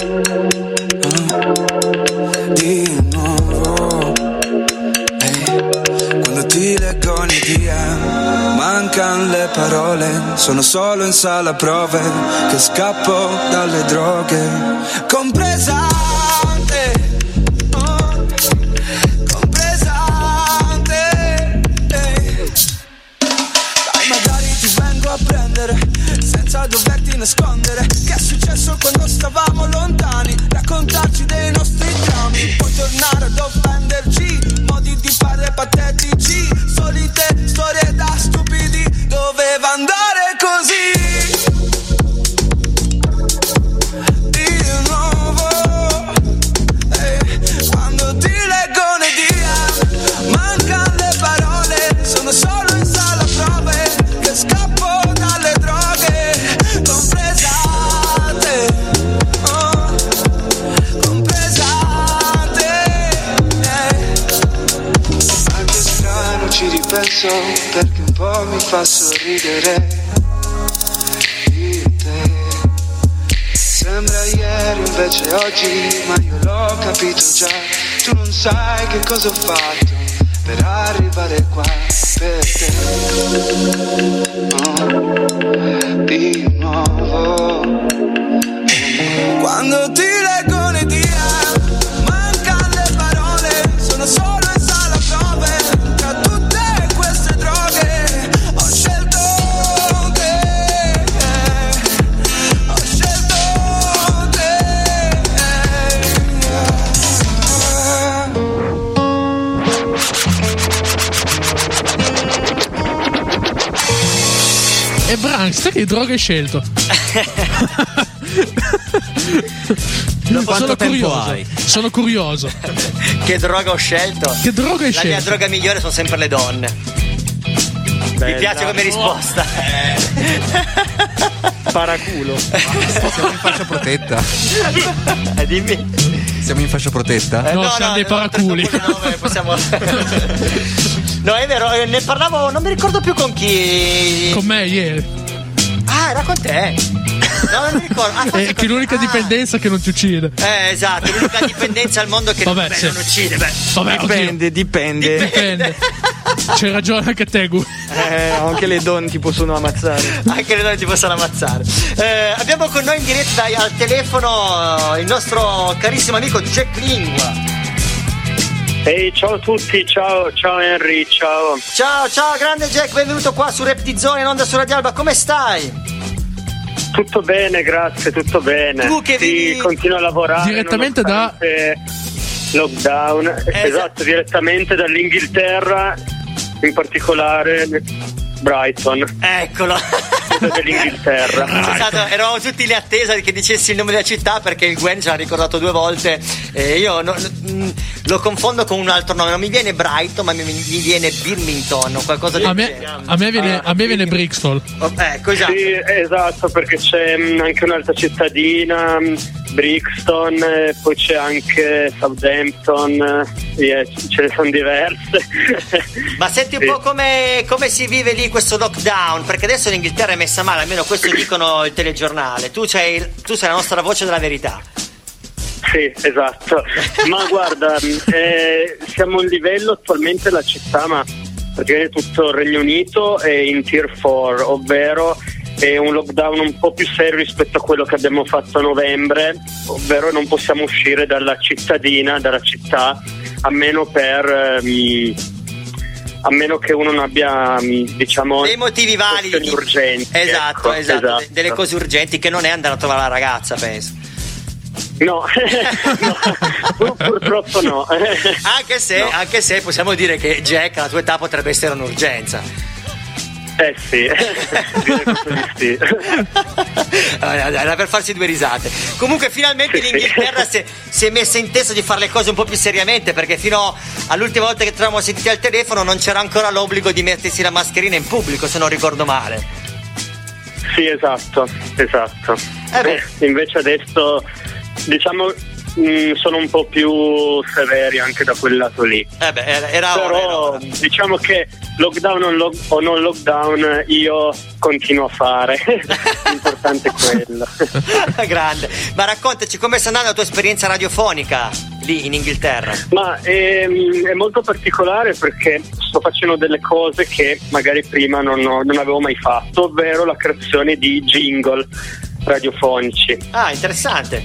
oh, di nuovo. Ehi. Quando ti leggo nei D M mancano le parole, sono solo in sala prove che scappo dalle droghe, compresa te, oh, compresa te, eh. Dai, magari ti vengo a prendere senza doverti nascondere che è successo quando stavamo lontani, raccontarci dei nostri drammi, poi tornare ad offenderci, modi di fare patetici, solite storie da stupidi, doveva andare così di nuovo. Eh, quando ti leggo nei D M mancano le parole, sono solo in sala prove che scappo dalle droghe, compresa te, oh, compresa te, eh. Anche strano ci ripenso perché un po' mi fa sorridere di te. Sembra ieri invece oggi, ma io l'ho capito già. Tu non sai che cosa ho fatto per arrivare qua per te, oh, di nuovo. Quando ti leggo nei D M mancano le parole, sono solo in sala prove tra tutte queste droghe. Ho scelto te, ho scelto te. E Branks, te che droga hai scelto? Quanto sono tempo curioso. hai? Sono curioso. Che droga ho scelto? Che droga hai La mia scelto? droga migliore sono sempre le donne. Mi piace come risposta. Paraculo. Siamo in fascia protetta. Eh, dimmi. Siamo in fascia protetta? Eh, No, no, siamo no, dei no, paraculi. no, beh, possiamo... No, è vero, eh, ne parlavo, non mi ricordo più con chi. Con me ieri. Ah, era con te. No, non mi ricordo. Ah, forse È con che te. l'unica Ah. dipendenza che non ti uccide. Eh, esatto, l'unica dipendenza al mondo che Vabbè, beh, sì. non uccide, beh. Vabbè, Dipende, dipende. Dipende. C'hai ragione anche te, Gu. Eh, anche le donne ti possono ammazzare. Anche le donne ti possono ammazzare. Eh, abbiamo con noi in diretta al telefono il nostro carissimo amico Jack Lingua. Ehi, ciao a tutti, ciao, ciao Henry, ciao. Ciao, ciao, grande Jack, benvenuto qua su Rap di Zone in onda su Radio Alba, come stai? Tutto bene, grazie, tutto bene. Tu che sì, vivi- continuo a lavorare Direttamente da- nonostante lockdown, esatto, direttamente dall'Inghilterra, in particolare Brighton. Eccolo. dell'Inghilterra. C'è stato- eravamo tutti in attesa che dicessi il nome della città perché il Gwen ci ha ricordato due volte e io no- mm, lo confondo con un altro nome, non mi viene Brighton ma mi, mi viene Birmingham o qualcosa del A me, genere. a me viene, a me viene Brixton. Oh, ecco, esatto. Sì, esatto, perché c'è mh, anche un'altra cittadina, mh, Brixton, eh, poi c'è anche Southampton, eh, yeah, ce ne sono diverse. Ma senti un Sì. po' come, come si vive lì questo lockdown, perché adesso l'Inghilterra è messa male, almeno questo dicono il telegiornale. Tu sei, tu sei la nostra voce della verità. Sì, esatto. Ma guarda, eh, siamo a un livello attualmente la città, ma praticamente tutto il Regno Unito è in tier quattro, ovvero è un lockdown un po' più serio rispetto a quello che abbiamo fatto a novembre, ovvero non possiamo uscire dalla cittadina, dalla città, a meno per ehm, a meno che uno non abbia ehm, diciamo Dei motivi validi. questioni urgenti. Esatto, ecco, esatto, esatto. de- delle cose urgenti che non è andare a trovare la ragazza, penso. No, no, pur- purtroppo no. Anche se, No. anche se possiamo dire che Jack alla tua età potrebbe essere un'urgenza. Eh sì, direi proprio di sì. Era per farsi due risate. Comunque finalmente Sì, sì. l'Inghilterra si, è- si è messa in testa di fare le cose un po' più seriamente, perché fino all'ultima volta che ci eravamo sentiti al telefono non c'era ancora l'obbligo di mettersi la mascherina in pubblico, se non ricordo male. Sì, esatto, esatto. Eh beh. Eh, invece adesso, diciamo, mh, sono un po' più severi anche da quel lato lì. Eh beh, era, era ora, era Però ora. diciamo che lockdown o, lo- o non lockdown io continuo a fare. L'importante è quello. Grande. Ma raccontaci come sta andando la tua esperienza radiofonica lì in Inghilterra. Ma ehm, è molto particolare perché sto facendo delle cose che magari prima non, ho- non avevo mai fatto, ovvero la creazione di jingle radiofonici. Ah, interessante.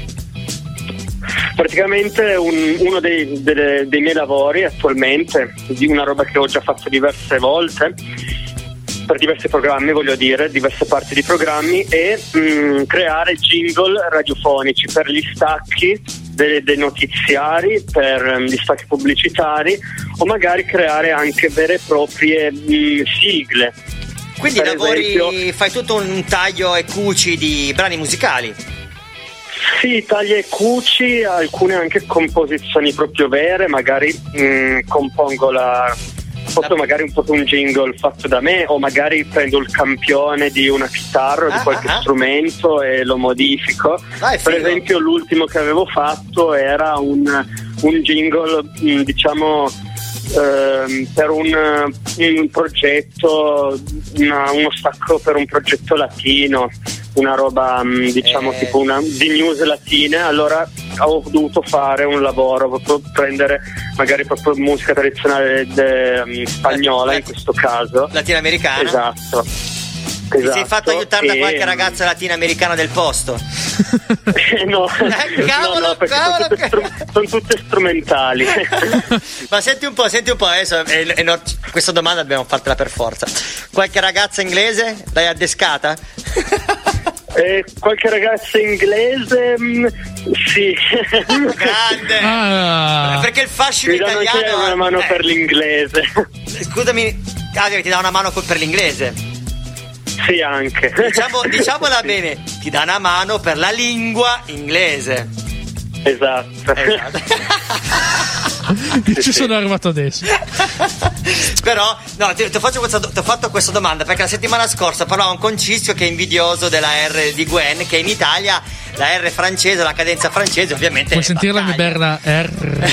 Praticamente un- uno dei, delle- dei miei lavori attualmente, di una roba che ho già fatto diverse volte, per diversi programmi, voglio dire, diverse parti di programmi, è mh, creare jingle radiofonici per gli stacchi dei, dei notiziari, per um, gli stacchi pubblicitari, o magari creare anche vere e proprie mh, sigle. Quindi Per lavori, esempio- fai tutto un taglio e cuci di brani musicali. Sì, taglia e cuci, alcune anche composizioni proprio vere, magari mh, compongo la foto, magari un po' un jingle fatto da me, o magari prendo il campione di una chitarra o Ah, di qualche ah, ah. strumento e lo modifico. Dai, Per figo. esempio l'ultimo che avevo fatto era un, un jingle mh, diciamo ehm, per un, un progetto, una- uno stacco per un progetto latino, una roba mh, diciamo Eh. tipo una di news latine. Allora ho dovuto fare un lavoro, proprio prendere magari proprio musica tradizionale de- mh, spagnola in questo caso. Latinoamericana. Esatto. Ti sei Esatto. fatto aiutare da E, qualche mh, ragazza latinoamericana del posto? no, Eh, cavolo, no, no, perché cavolo, sono, tutte stru- sono tutte strumentali. Ma senti un po', senti un po', adesso è- è no- questa domanda dobbiamo fartela per forza. Qualche ragazza inglese? L'hai addescata? Eh, qualche ragazza inglese, mh, sì. Grande! Ah, Perché il fascino Mi danno anche italiano. una mano eh, per l'inglese. Scusami, Adriano, ti dà una mano co- per l'inglese. Sì, anche. Diciamo, diciamola bene, ti dà una mano per la lingua inglese. Esatto. Esatto. Io ci sono arrivato adesso. Però, no, ti, ti, faccio questa, ti ho fatto questa domanda perché la settimana scorsa parlavamo con Cischio che è invidioso della R di Gwen, che in Italia la R francese, la cadenza francese ovviamente puoi sentire la mia bella R.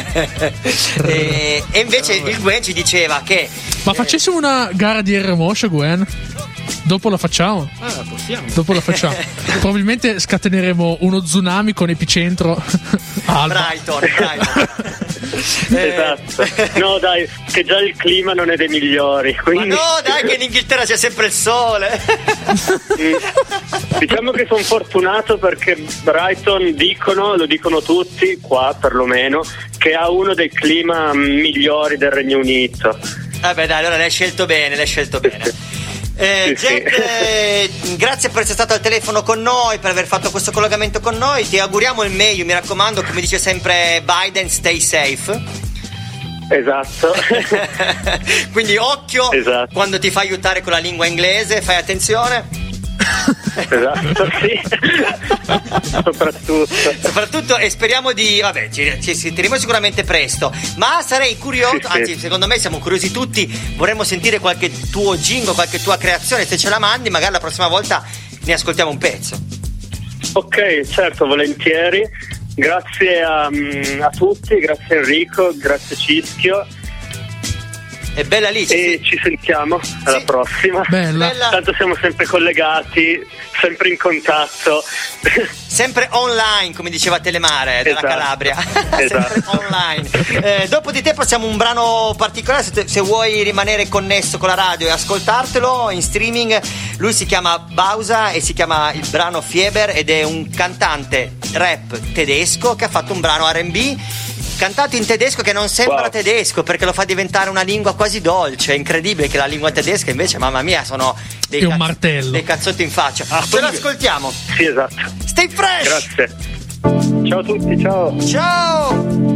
e, e invece il Gwen ci diceva che ma facessimo una gara di R Moscia, Gwen? Dopo la facciamo? Ah, possiamo. Dopo la facciamo. Probabilmente scateneremo uno tsunami con epicentro Alba. Brighton, Brighton. Esatto. No dai, che già il clima non è dei migliori, quindi... Ma no dai, che in Inghilterra c'è sempre il sole. Diciamo che sono fortunato perché Brighton dicono, lo dicono tutti qua perlomeno, che ha uno dei clima migliori del Regno Unito. Vabbè dai, allora l'hai scelto bene, l'hai scelto bene. Eh, Sì, Jack, sì. eh, grazie per essere stato al telefono con noi, per aver fatto questo collegamento con noi. Ti auguriamo il meglio, mi raccomando, come dice sempre Biden, stay safe. Esatto. Quindi occhio Esatto. quando ti fai aiutare con la lingua inglese, fai attenzione. Esatto, sì. Soprattutto. Soprattutto, e speriamo di. Vabbè, ci, ci sentiremo sicuramente presto. Ma sarei curioso, Sì, sì. anzi, secondo me siamo curiosi tutti. Vorremmo sentire qualche tuo jingle, qualche tua creazione. Se ce la mandi, magari la prossima volta ne ascoltiamo un pezzo. Ok, certo, volentieri. Grazie a, mm, a tutti, grazie Enrico, grazie Cischio. È bella lì. E ci sentiamo alla prossima. Bella. Tanto siamo sempre collegati, sempre in contatto. Sempre online, come diceva Telemare della Esatto. Calabria. Esatto. Sempre online. Eh, dopo di te passiamo un brano particolare. Se, te- se vuoi rimanere connesso con la radio e ascoltartelo in streaming, lui si chiama Bausa e si chiama il brano Fieber ed è un cantante rap tedesco che ha fatto un brano R and B cantato in tedesco che non sembra Wow. tedesco perché lo fa diventare una lingua quasi dolce. È incredibile che la lingua tedesca invece, mamma mia, sono dei, È un cazz- martello. dei cazzotti in faccia. Ce l'ascoltiamo. Sì, esatto. Stay fresh. Grazie. Ciao a tutti, ciao. Ciao.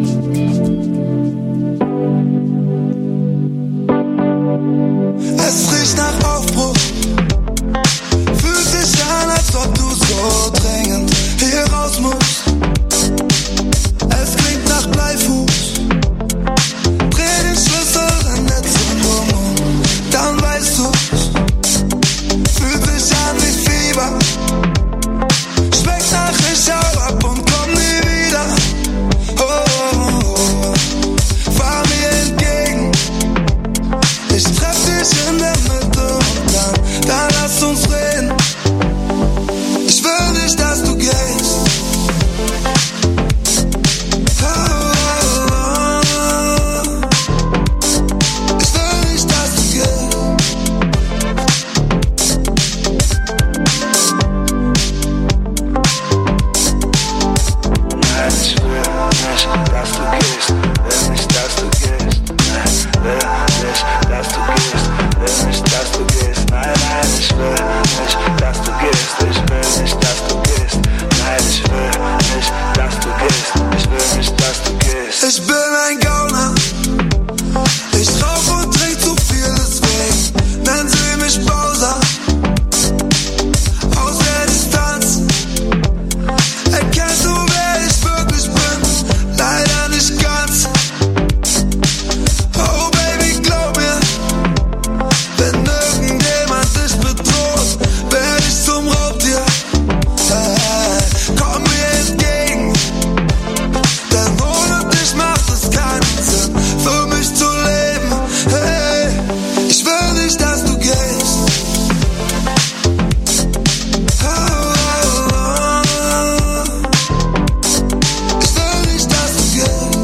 Es riecht nach Aufbruch. Fühlt sich an, als ob du so dringend hier raus musst. Es klingt nach Bleifuß. Dreh den Schlüssel in der Zündung um, dann weißt du's. Fühlt sich an wie Fieber. Schmeckt nach ich hau ab und komm nie wieder. Oh, oh, oh. Fahr mir entgegen. Ich treff dich in der Mitte und dann, dann lass uns reden. Ich will nicht, dass du gehst. Oh, oh, oh. Ich will nicht, dass du gehst. Nein, ich will nicht, dass du gehst. Will nicht, dass du gehst. Nein, will nicht, dass du gehst. Will nicht, dass du gehst. Nein, nein, ich will nicht, dass du gehst. Ich will nicht, dass du gehst. Nein, ich will nicht, dass du gehst. Ich will nicht, dass du gehst. Ich bin ein Gauner. Ich rauch und trink zu viel, deswegen nennen sie mich Bowser. Aus der Distanz erkennst du, wer ich wirklich bin. Leider nicht ganz. Oh Baby, glaub mir, wenn irgendjemand dich bedroht, werd ich zum Raubtier. Hey, komm mir entgegen, denn ohne dich macht es keinen Sinn, für mich zu leben. Hey, ich will nicht, dass du gehst. Oh, oh, oh. Ich will nicht, dass du gehst.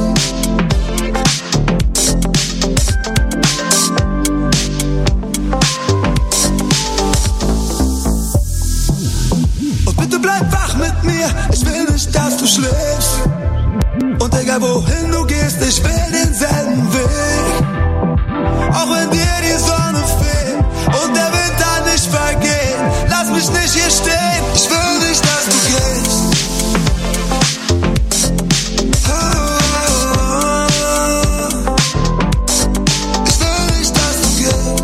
Und bitte bleib wach mit mir, ich will nicht, dass du schläfst. Und egal wohin du gehst, ich will denselben Weg. Auch wenn dir die Sonne fehlt und der Winter nicht vergeht, lass mich nicht hier stehen. Ich will nicht, dass du gehst. Oh, oh, oh. Ich will nicht, dass du gehst.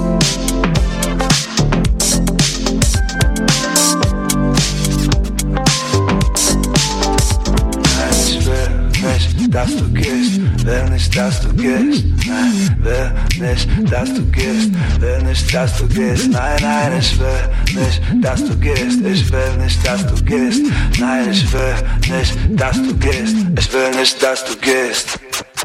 Nein, ich will nicht, dass du gehst. Will nicht, dass du gehst. Nein, will nicht, dass du gehst. Will nicht, dass du gehst. Nein, nein, ich will nicht, dass du gehst. Ich will nicht, dass du gehst. Nein, ich will nicht, dass du gehst. Ich will nicht, dass du gehst.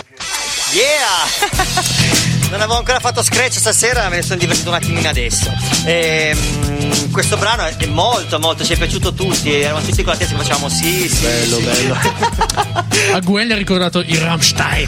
Yeah! Non avevo ancora fatto scratch stasera, me ne sono divertito un attimino adesso. Ehm, questo brano è molto molto, ci è piaciuto a tutti, eravamo tutti con la testa che facevamo sì, sì. Bello, sì. bello. A Gwen gli ha ricordato i Rammstein.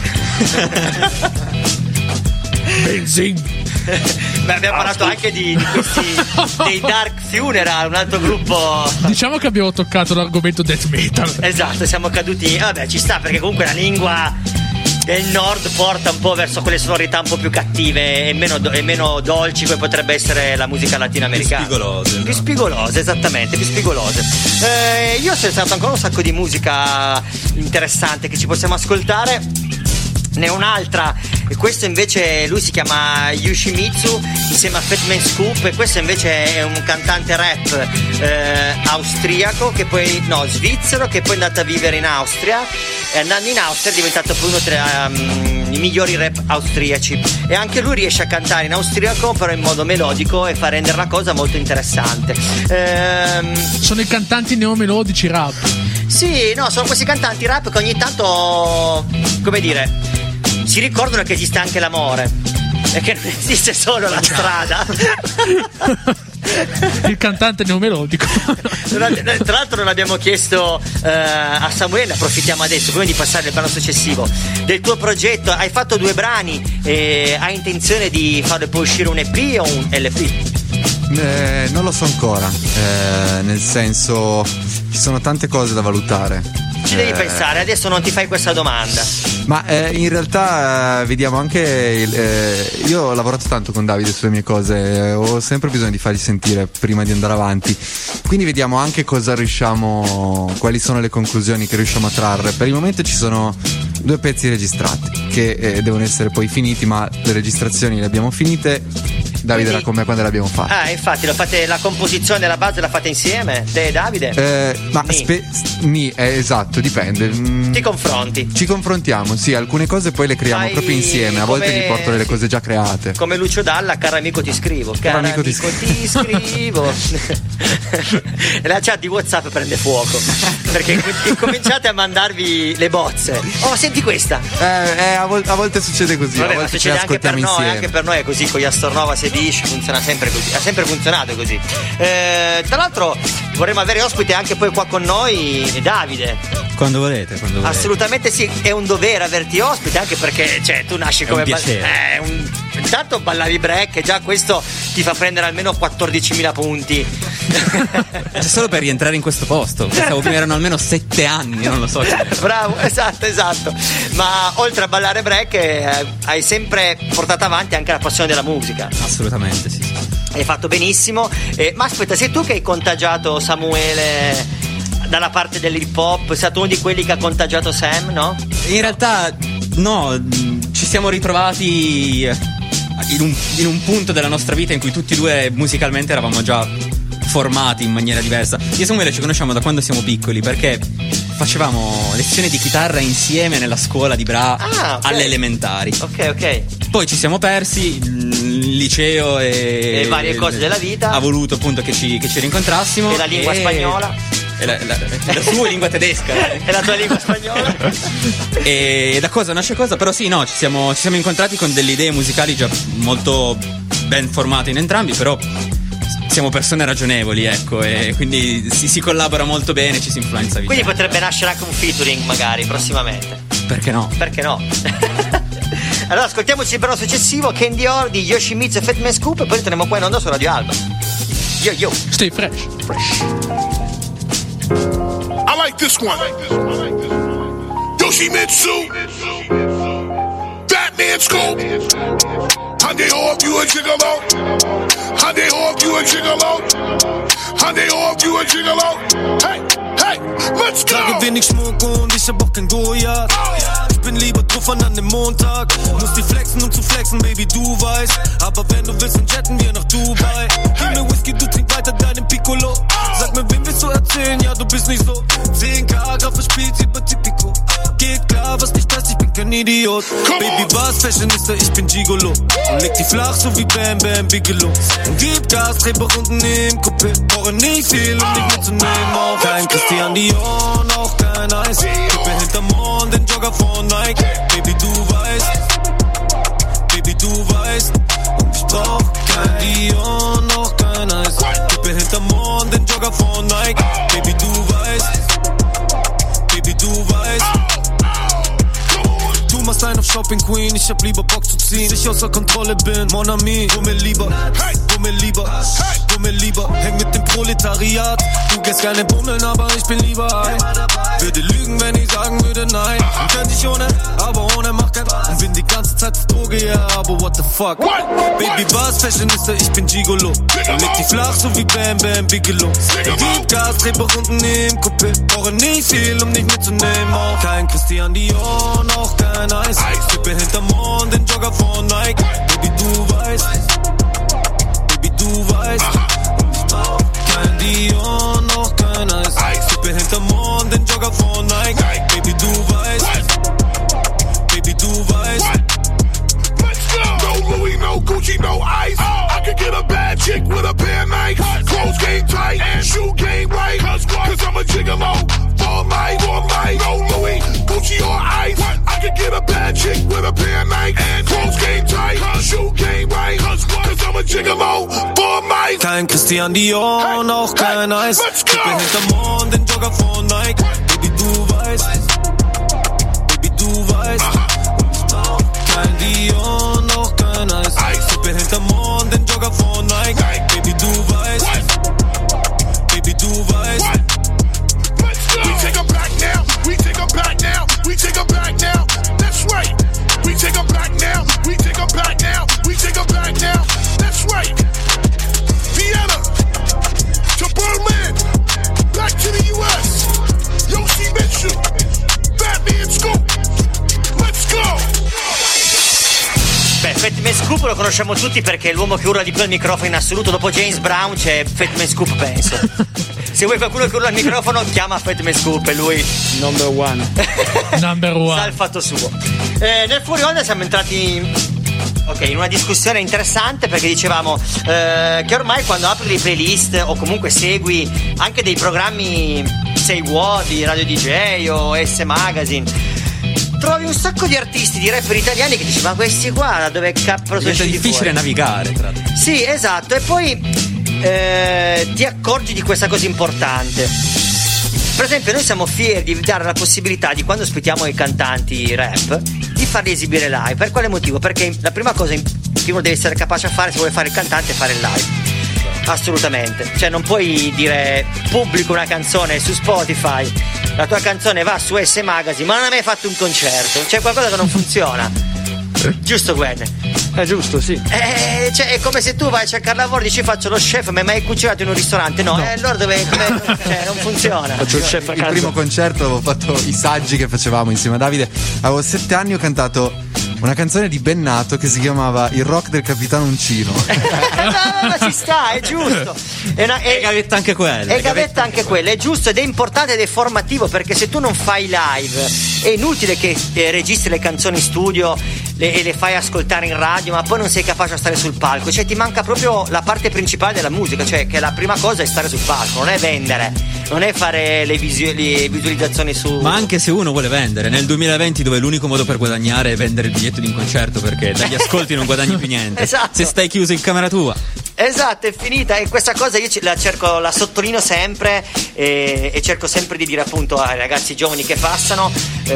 Benzin. Beh, abbiamo parlato anche di, di questi dei Dark Funeral, un altro gruppo. Diciamo che abbiamo toccato l'argomento death metal. Esatto, siamo caduti. Vabbè, ci sta, perché comunque la lingua del nord porta un po' verso quelle sonorità un po' più cattive e meno, e meno dolci, come potrebbe essere la musica latinoamericana. Più spigolose. Più spigolose, esattamente, più spigolose. Eh, io ho selezionato ancora un sacco di musica interessante che ci possiamo ascoltare. Ne ho un'altra, e questo invece lui si chiama Yoshimitsu insieme a Fatman Scoop, e questo invece è un cantante rap eh, austriaco che poi no svizzero che poi è andato a vivere in Austria, e andando in Austria è diventato poi uno tra um, i migliori rap austriaci, e anche lui riesce a cantare in austriaco però in modo melodico e fa rendere la cosa molto interessante. Ehm... Sono i cantanti neomelodici rap. Sì, no, sono questi cantanti rap che ogni tanto, come dire, si ricordano che esiste anche l'amore e che non esiste solo la strada. Il cantante neomelodico. Tra l'altro non abbiamo chiesto uh, a Samuele, approfittiamo adesso prima di passare al brano successivo del tuo progetto. Hai fatto due brani e hai intenzione di farle poi uscire un E P o un L P? Eh, non lo so ancora, eh, nel senso ci sono tante cose da valutare. Ci devi eh, pensare, adesso non ti fai questa domanda. Ma eh, in realtà eh, vediamo anche il, eh, io ho lavorato tanto con Davide sulle mie cose, eh, ho sempre bisogno di farli sentire prima di andare avanti, quindi vediamo anche cosa riusciamo, quali sono le conclusioni che riusciamo a trarre. Per il momento ci sono due pezzi registrati che eh, devono essere poi finiti, ma le registrazioni le abbiamo finite. Davide era con me quando l'abbiamo fatta. Ah, infatti, lo fate, la composizione della base la fate insieme, te e Davide? Eh, ma spe- ni, eh, esatto, dipende. Ti confronti? Ci confrontiamo, sì, alcune cose poi le creiamo Fai proprio insieme, a volte come- gli porto delle cose già create. Come Lucio Dalla, caro amico ti scrivo. Caro Caro amico, amico ti, ti scrivo. E la chat di WhatsApp prende fuoco perché com- cominciate a mandarvi le bozze. Oh, senti questa. Eh, eh, a, vol- a volte succede così, Vabbè, a ma volte ci succede anche per ascoltiamo noi, insieme. anche per noi è così, con gli Astornova Sedici funziona sempre così, ha sempre funzionato così. Eh, tra l'altro vorremmo avere ospite anche poi qua con noi Davide. Quando volete, quando volete. Assolutamente sì, è un dovere averti ospite, anche perché cioè tu nasci È come un piacere. eh, un... intanto ballavi break e già questo ti fa prendere almeno quattordicimila punti. C'è solo per rientrare in questo posto. Pensavo prima erano almeno sette anni, non lo so. Bravo, esatto, esatto. Ma oltre a ballare break eh, hai sempre portato avanti anche la passione della musica. Assolutamente, sì. sì. Hai fatto benissimo. Eh, ma aspetta, sei tu che hai contagiato Samuele dalla parte dell'hip hop? Sei stato uno di quelli che ha contagiato Sam, no? In realtà no, ci siamo ritrovati in un, in un punto della nostra vita in cui tutti e due musicalmente eravamo già formati in maniera diversa. Io e Samuele ci conosciamo da quando siamo piccoli, perché facevamo lezioni di chitarra insieme nella scuola di Bra Ah, ok. alle elementari. Ok, ok. Poi ci siamo persi, il liceo e, E varie cose della vita. ha voluto appunto che ci, che ci rincontrassimo. E la lingua spagnola. E la, la, la sua lingua tedesca. E la tua lingua spagnola. E da cosa nasce cosa? Però sì, no, ci siamo, ci siamo incontrati con delle idee musicali già molto ben formate in entrambi, però siamo persone ragionevoli, ecco, e quindi si, si collabora molto bene, ci si influenza vicino. Quindi potrebbe nascere anche un featuring magari prossimamente. Perché no? Perché no? Allora ascoltiamoci il brano successivo, Candy Or di Yoshimitsu e Fatman Scoop, e poi torniamo qua in onda su Radio Alba. Yo yo. Stay fresh. Fresh. I like this one. Yoshimitsu, Batman Scoop. Honey, off you a gigolo. Honey, off you a gigolo. Honey, off you a gigolo. Hey, hey, let's go. Trage wenig Schmuck und ich hab auch kein Goliath. Ich bin lieber Tuffern an dem Montag. Muss die flexen, um zu flexen, Baby, du weißt. Aber wenn du willst, dann jetten wir nach Dubai. Gib mir Whisky, du trink weiter deinen Piccolo. Sag mir, wem willst du erzählen? Ja, du bist nicht so. zehn K, Graf verspielt sie bei Tipico. Geht klar, was nicht passt, ich bin kein Idiot. Baby, was Fashionista, ich bin Gigolo. Und leg die flach, so wie Bam Bam Bigelow. Und gib Gas, dreh bei unten im Coupé. Brauche nicht viel, um dich mitzunehmen. Auch kein Christian Dior, auch kein Eis. Kippe hinterm Mond, den Jogger von Nike. Baby, du weißt, Baby, du weißt. Und ich brauch kein Dior, noch kein Eis. Kippe hinterm Mond, den Jogger von Nike. Baby, du weißt, Baby, du weißt. Du machst einen auf Shopping Queen, ich hab lieber Bock zu ziehen. Ich außer Kontrolle bin, Mon Ami, du mir lieber, du mir lieber, du mir lieber. Häng mit dem Proletariat, du gehst gerne bummeln, aber ich bin lieber ein. Würde lügen, wenn ich sagen würde nein. Und könnte ich ohne, aber ohne macht kein. Und bin die ganze Zeit auf Droge, ja, yeah, aber what the fuck. Baby, was Fashionista, ich bin Gigolo. Und leg die flach, so wie Bam Bam Bigelow. Gib Gas, dreh bei unten im Coupé. Brauche nicht viel, um dich mitzunehmen. Auch kein Christian Dior, noch kein Eis. Kippe hinterm Mond, den Jogger von Nike. Baby, du weißt, Baby, du weißt. Und ich brauch kein Dior, noch kein Eis. Kippe hinterm Mond, den Jogger von Nike. Baby, du weißt, Baby, du weißt. No Louis, no Gucci, no ice. I could get a bad chick with a pair of Nikes. Clothes game tight and shoe game right. Cause, Cause I'm a gigolo all night, all night. No Louis, Gucci or ice. I could get a bad chick with a pair of Nikes. And clothes game tight, shoe game right. Cause, Cause I'm a gigolo all night. Kein Christian Dior, noch kein Eis. Kippe hinterm Mond, den Jogger von Nike. Baby, du weißt, Baby, du weißt. Kein Dior, noch kein Eis. Kippe hinterm Mond, den Jogger von Nike. Baby, du weißt, Baby, du weißt. We take 'em back now, we take 'em back now, we take 'em back now. That's right. We take 'em back now, we take 'em back now, we take 'em back now. That's right. Vienna to Berlin, back to the U S. Yoshi Mitchell, Batman Scoop. Let's go. Beh, Fatman Scoop lo conosciamo tutti perché è l'uomo che urla di più al microfono in assoluto. Dopo James Brown c'è Fatman Scoop, penso. Se vuoi qualcuno che urla al microfono, chiama Fatman Scoop, è lui. Number one. Number one. Sa il fatto suo. Eh, nel fuori onda siamo entrati in, ok, in una discussione interessante perché dicevamo eh, che ormai quando apri le playlist o comunque segui anche dei programmi Say What di Radio D J o S Magazine, trovi un sacco di artisti, di rapper italiani che dici ma questi qua da dove cazzo diventa difficile fuori? navigare tra l'altro. Sì, esatto, e poi eh, ti accorgi di questa cosa importante. Per esempio noi siamo fieri di dare la possibilità di quando ospitiamo i cantanti rap di farli esibire live. Per quale motivo? Perché la prima cosa che uno deve essere capace a fare se vuole fare il cantante è fare il live. Assolutamente, cioè non puoi dire pubblico una canzone su Spotify, la tua canzone va su S Magazine ma non hai mai fatto un concerto, c'è qualcosa che non funziona. Giusto, Gwen? È giusto, sì. Eh, cioè, è come se tu vai a cercare lavoro e dici faccio lo chef, ma hai mai cucinato in un ristorante? No, no. Eh, allora dove, dove cioè, non funziona. Faccio il chef a casa. Il primo concerto avevo fatto i saggi che facevamo insieme a Davide. Avevo sette anni, ho cantato una canzone di Bennato che si chiamava Il rock del capitano Uncino. no, no, no, ci sta, è giusto. È, una, è, è gavetta anche quella. È gavetta anche quella, è giusto ed è importante ed è formativo perché se tu non fai live è inutile che eh, registri le canzoni in studio le, e le fai ascoltare in radio ma poi non sei capace a stare sul palco, cioè ti manca proprio la parte principale della musica, cioè che la prima cosa è stare sul palco, non è vendere, non è fare le, visu- le visualizzazioni su. Ma anche se uno vuole vendere nel duemilaventi dove l'unico modo per guadagnare è vendere il biglietto di un concerto perché dagli ascolti non guadagni più niente. Esatto. Se stai chiuso in camera tua. Esatto, è finita e questa cosa io la cerco, la sottolineo sempre e, e cerco sempre di dire appunto ai ragazzi giovani che passano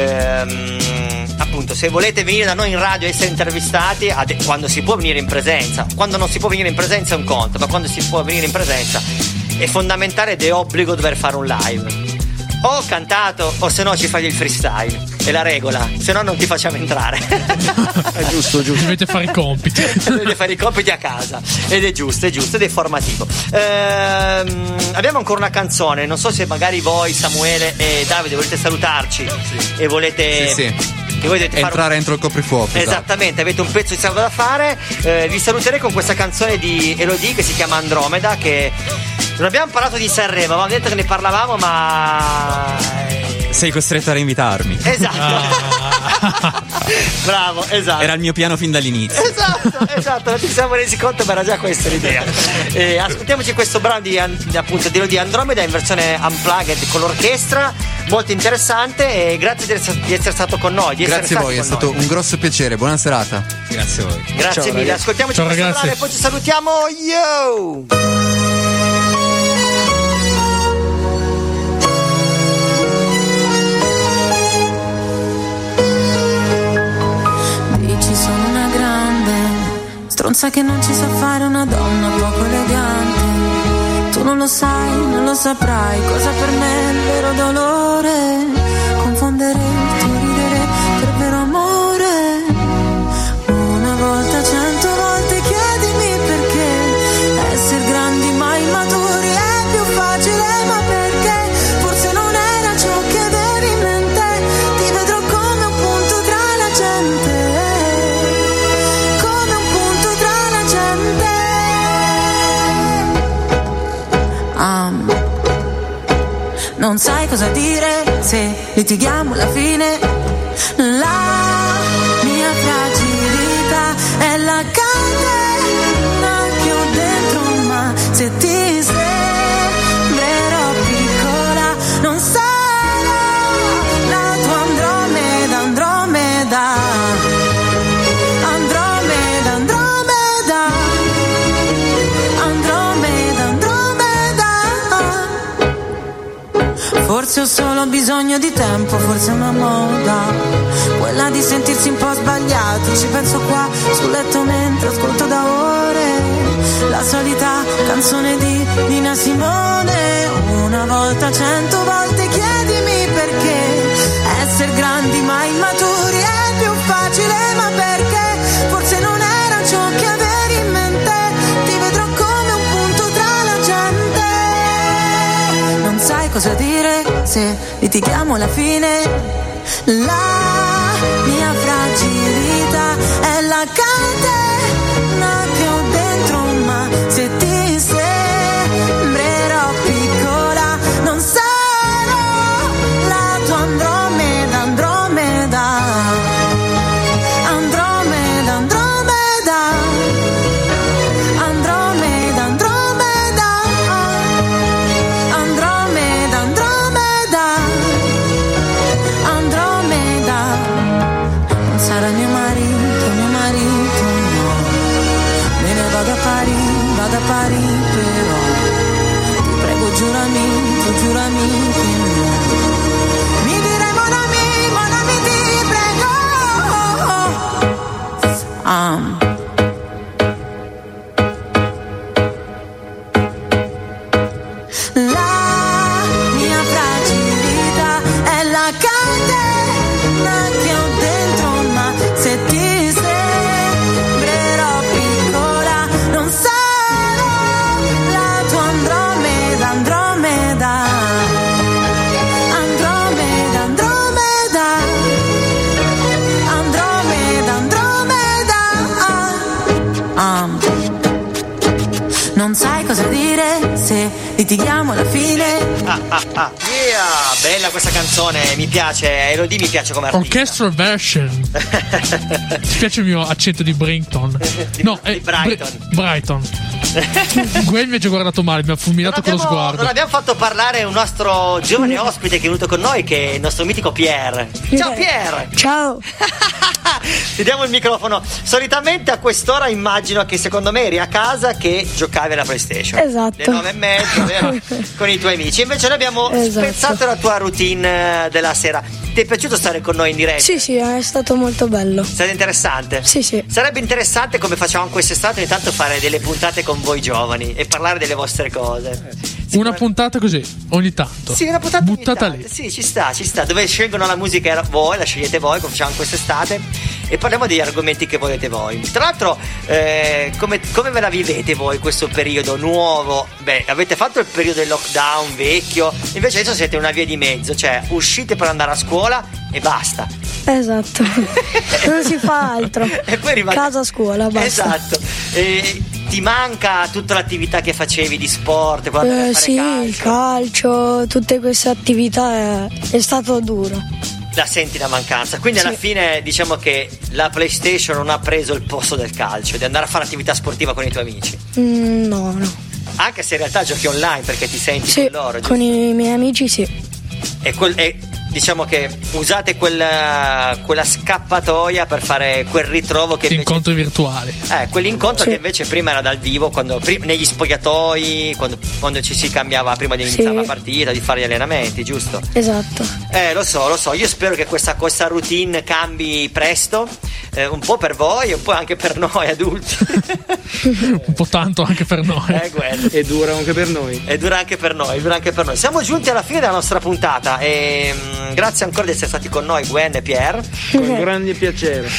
ehm, appunto se volete venire da noi in radio e essere intervistati ad, quando si può venire in presenza, quando non si può venire in presenza è un conto, ma quando si può venire in presenza è fondamentale ed è obbligo dover fare un live o cantato o se no ci fai il freestyle, è la regola, se no non ti facciamo entrare. È giusto, giusto. Dovete fare i compiti. Dovete fare i compiti a casa ed è giusto, è giusto ed è formativo. Ehm, abbiamo ancora una canzone, non so se magari voi Samuele e Davide volete salutarci sì. e volete sì, sì. Che voi dovete entrare fare un... entro il coprifuoco. Esattamente, esatto. Avete un pezzo di sabato da fare. Eh, vi saluterei con questa canzone di Elodie che si chiama Andromeda, che non abbiamo parlato di Sanremo, avevamo detto che ne parlavamo, ma sei costretto a reinvitarmi. Esatto. Ah. Bravo, esatto. Era il mio piano fin dall'inizio. Esatto, esatto, non ci siamo resi conto, ma era già questa l'idea. Eh, ascoltiamoci questo brano di, appunto, di Andromeda in versione unplugged con l'orchestra, molto interessante, e grazie di essere, di essere stato con noi. Di Grazie a voi, è con stato noi. un grosso piacere, buona serata. Grazie a voi. Grazie Ciao, mille, ragazzi. ascoltiamoci Ciao, questo ragazzi. brano e poi ci salutiamo. Yo! Dici sono una grande stronza che non ci sa fare una donna poco elegante. Tu non lo sai, non lo saprai cosa per me è il vero dolore. Confondere il tuo ridere per vero amore. Una volta, cento volte chiedimi perché essere grandi ma immaturi è più facile, ma perché forse non era ciò che avevi in mente. Ti vedrò come un punto tra la gente, come un punto tra la gente. Um, non sai cosa dire se litighiamo alla fine. La mia fragilità è la catena che ho dentro, ma se ti sembrerò piccola non sarò la tua Andromeda, Andromeda, Andromeda, Andromeda, Andromeda, Andromeda. Forse ho solo bisogno di tempo, forse è una moda, quella di sentirsi un po' sbagliati. Ci penso qua sul letto mentre ascolto da ore la solita canzone di Nina Simone. Una volta, cento volte chiedimi perché essere grandi ma immaturi è più facile, ma perché forse non era ciò che avevi in mente. Ti vedrò come un punto tra la gente. Non sai cosa dire se litighiamo alla fine. La mia fragilità è la catena che ho dentro, ma se ti sembrerò piccola non sarò la tua Andromeda, Andromeda, Andromeda, Andromeda, Andromeda, Andromeda, Andromeda, Andromeda, Andromeda. Non sarà mio marito, mio marito, no. Me ne vado a Parigi, vado a Parigi, però ti prego giurami, tu giurami che no. Mi direi mon ami, mon ami, ti prego. Ah. La mia fragilità è la catena che ho dentro, ma se ti sembrerò piccola non sarò la tua Andromeda, Andromeda, Andromeda, Andromeda, Andromeda, Andromeda. Ah. Non sai cosa dire se litighiamo alla fine. Ah, ah, ah. Yeah, bella questa canzone, mi piace. Elodie mi piace come artista. Orchestra version. Ti piace il mio accento di Brighton? No, di eh, Brighton. Br- Brighton. Gwen mi ha già guardato male, mi ha fulminato con lo sguardo. Non abbiamo fatto parlare un nostro giovane ospite che è venuto con noi, che è il nostro mitico Pierre. Ciao Pierre! Ciao! Ti diamo il microfono. Solitamente a quest'ora immagino che secondo me eri a casa che giocavi alla PlayStation. Esatto. Le nove e mezza, vero? Con i tuoi amici. Invece noi abbiamo Esatto. spezzato la tua routine eh, della sera. Ti è piaciuto stare con noi in diretta? Sì, sì, è stato molto bello. È stato interessante? Sì, sì. Sarebbe interessante, come facciamo quest'estate, ogni tanto fare delle puntate con voi giovani e parlare delle vostre cose. Una puntata così, ogni tanto. Sì, una puntata buttata ogni lì. tanto. Sì, ci sta, ci sta. Dove scelgono la musica voi, la scegliete voi, come facciamo quest'estate, e parliamo degli argomenti che volete voi. Tra l'altro, eh, come, come ve la vivete voi questo periodo nuovo? Beh, avete fatto il periodo del lockdown vecchio, invece adesso siete una via di mezzo, cioè uscite per andare a scuola e basta. Esatto. Non si fa altro. E poi rimane... Casa, scuola, basta. Esatto. E ti manca tutta l'attività che facevi di sport? Quando andavi a Eh, fare sì, calcio? il calcio, tutte queste attività è, è stato duro. la senti la mancanza. Quindi alla Sì. fine diciamo che la PlayStation non ha preso il posto del calcio, di andare a fare attività sportiva con i tuoi amici. Mm, no, no. Anche se in realtà giochi online perché ti senti Sì, con loro, giusto? con i miei amici sì. E, quel, e diciamo che usate quella, quella scappatoia per fare quel ritrovo che invece, Incontri virtuali. eh, quell'incontro Sì. che invece prima era dal vivo, quando, pri- negli spogliatoi, quando, quando ci si cambiava prima di iniziare Sì. la partita, di fare gli allenamenti, giusto? Esatto. Eh, lo so, lo so, io spero che questa, questa routine cambi presto, eh, un po' per voi e un po' anche per noi adulti. Un po' tanto anche per noi. Eh, Gwen. E dura anche per noi. E dura anche per noi, dura anche per noi. Siamo giunti alla fine della nostra puntata e mh, grazie ancora di essere stati con noi Gwen e Pierre. Con grande piacere.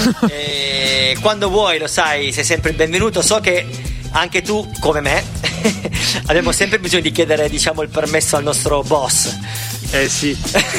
E quando vuoi, lo sai, sei sempre il benvenuto. So che anche tu, come me, abbiamo sempre bisogno di chiedere, diciamo, il permesso al nostro boss. Eh sì.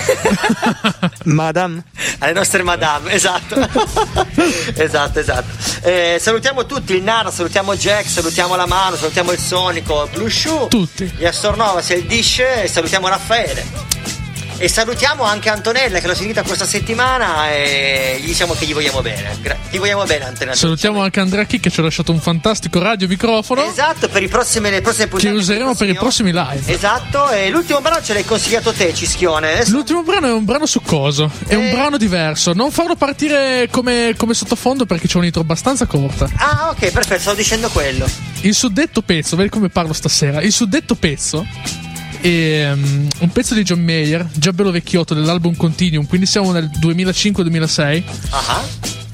Madame. Alle nostre madame, esatto. esatto, esatto. Eh, salutiamo tutti, il Nara, salutiamo Jack, salutiamo la Mano, salutiamo il Sonico, Blue Shoe, tutti. Gli Astornova, il Dish, e salutiamo Raffaele. E salutiamo anche Antonella che l'ho sentita questa settimana e gli diciamo che gli vogliamo bene. Gra- ti vogliamo bene, Antonella. Salutiamo anche Andrea Chi che ci ha lasciato un fantastico radio microfono. Esatto, per i prossimi, le prossime puntate che useremo per i prossimi live. Esatto, e l'ultimo brano ce l'hai consigliato te, Cischione. Adesso... L'ultimo brano è un brano succoso, è Eh. un brano diverso. Non farlo partire come, come sottofondo perché c'è un intro abbastanza corta. Ah, ok, perfetto, stavo dicendo quello. Il suddetto pezzo, vedi come parlo stasera. Il suddetto pezzo è um, un pezzo di John Mayer, già bello vecchiotto, dell'album Continuum, quindi siamo nel duemilacinque duemilasei. Ah.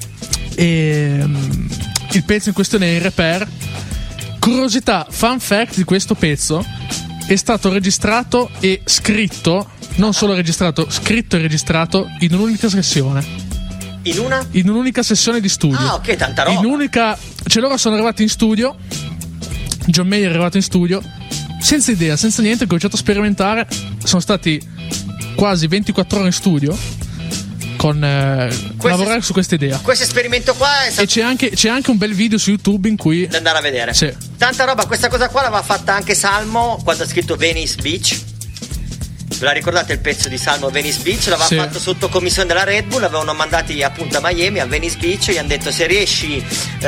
E um, il pezzo in questione è in Repair. Curiosità, fun fact di questo pezzo: è stato registrato e scritto, non solo registrato, scritto e registrato in un'unica sessione. In una? In un'unica sessione di studio. Ah, ok, tanta roba. In un'unica. Cioè, loro sono arrivati in studio. John Mayer è arrivato in studio senza idea, senza niente, ha cominciato a sperimentare. Sono stati quasi ventiquattro ore in studio con eh, lavorare su questa idea. Questo esperimento qua è stato... E c'è anche, c'è anche un bel video su YouTube in cui da andare a vedere. Sì. Tanta roba, questa cosa qua l'aveva fatta anche Salmo quando ha scritto Venice Beach. Ve la ricordate il pezzo di Salmo Venice Beach? L'aveva Sì. fatto sotto commissione della Red Bull, l'avevano mandati appunto a Miami, a Venice Beach, gli hanno detto se riesci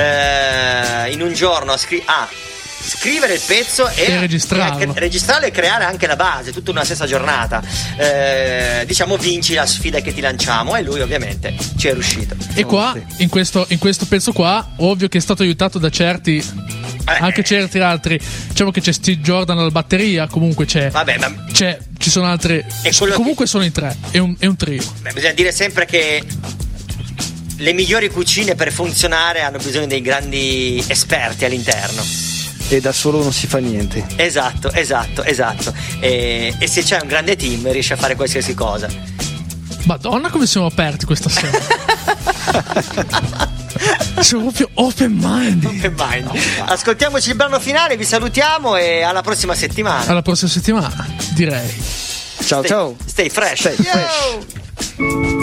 eh, in un giorno a scrivere ah, scrivere il pezzo e, E registrarlo. e registrarlo e creare anche la base, tutta una stessa giornata. Eh, diciamo vinci la sfida che ti lanciamo e lui ovviamente ci è riuscito. E qua, in questo, in questo pezzo qua, ovvio che è stato aiutato da certi, anche certi altri. Diciamo che c'è Steve Jordan alla batteria, comunque c'è. Vabbè, ma c'è, ci sono altre. Comunque sono in tre, è un, è un trio. Beh, bisogna dire sempre che le migliori cucine per funzionare hanno bisogno dei grandi esperti all'interno. E da solo non si fa niente. Esatto, esatto, esatto. E, e se c'è un grande team riesce a fare qualsiasi cosa. Madonna, come siamo aperti questa sera. Siamo proprio open mind. Open mind. Ascoltiamoci il brano finale, vi salutiamo e alla prossima settimana. Alla prossima settimana, direi. Ciao, Stay- ciao. Stay fresh. Stay Yo! fresh.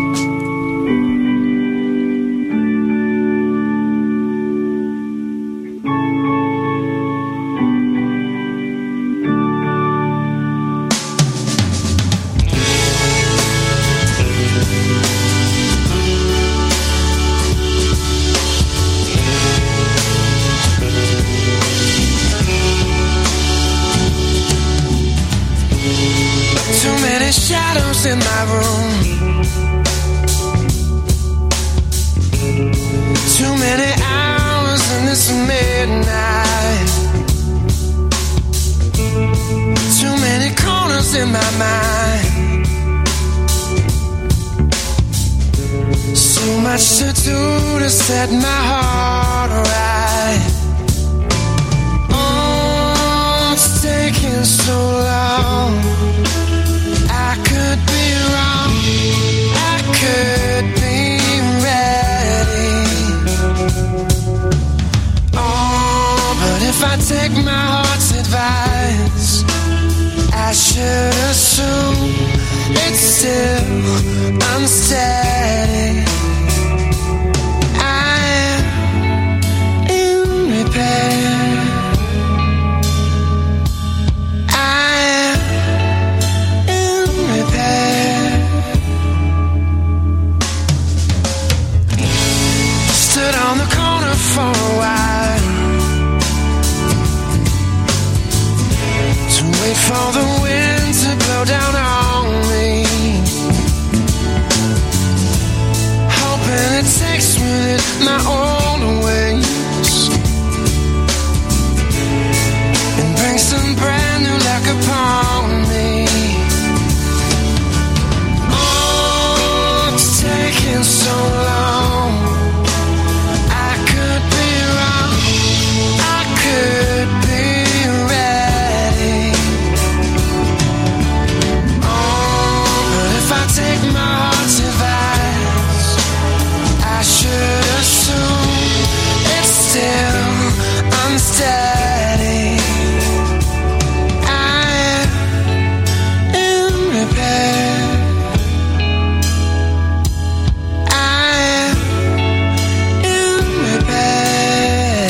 Too many shadows in my room. Too many hours in this midnight. Too many corners in my mind. So much to do to set my heart right. Oh, it's taking so long. I could be wrong, I could be ready. Oh, but if I take my heart's advice, I should assume it's still unsteady. I am in repair. I am in repair. waiting for the wind to blow down on me, hoping it takes with it my own ways and brings some brand new luck upon me. Oh, it's taking so long. I could be wrong, I could be ready. Oh, but if I take my heart's advice, I should assume it's still unsteady. I am in repair. I am in repair.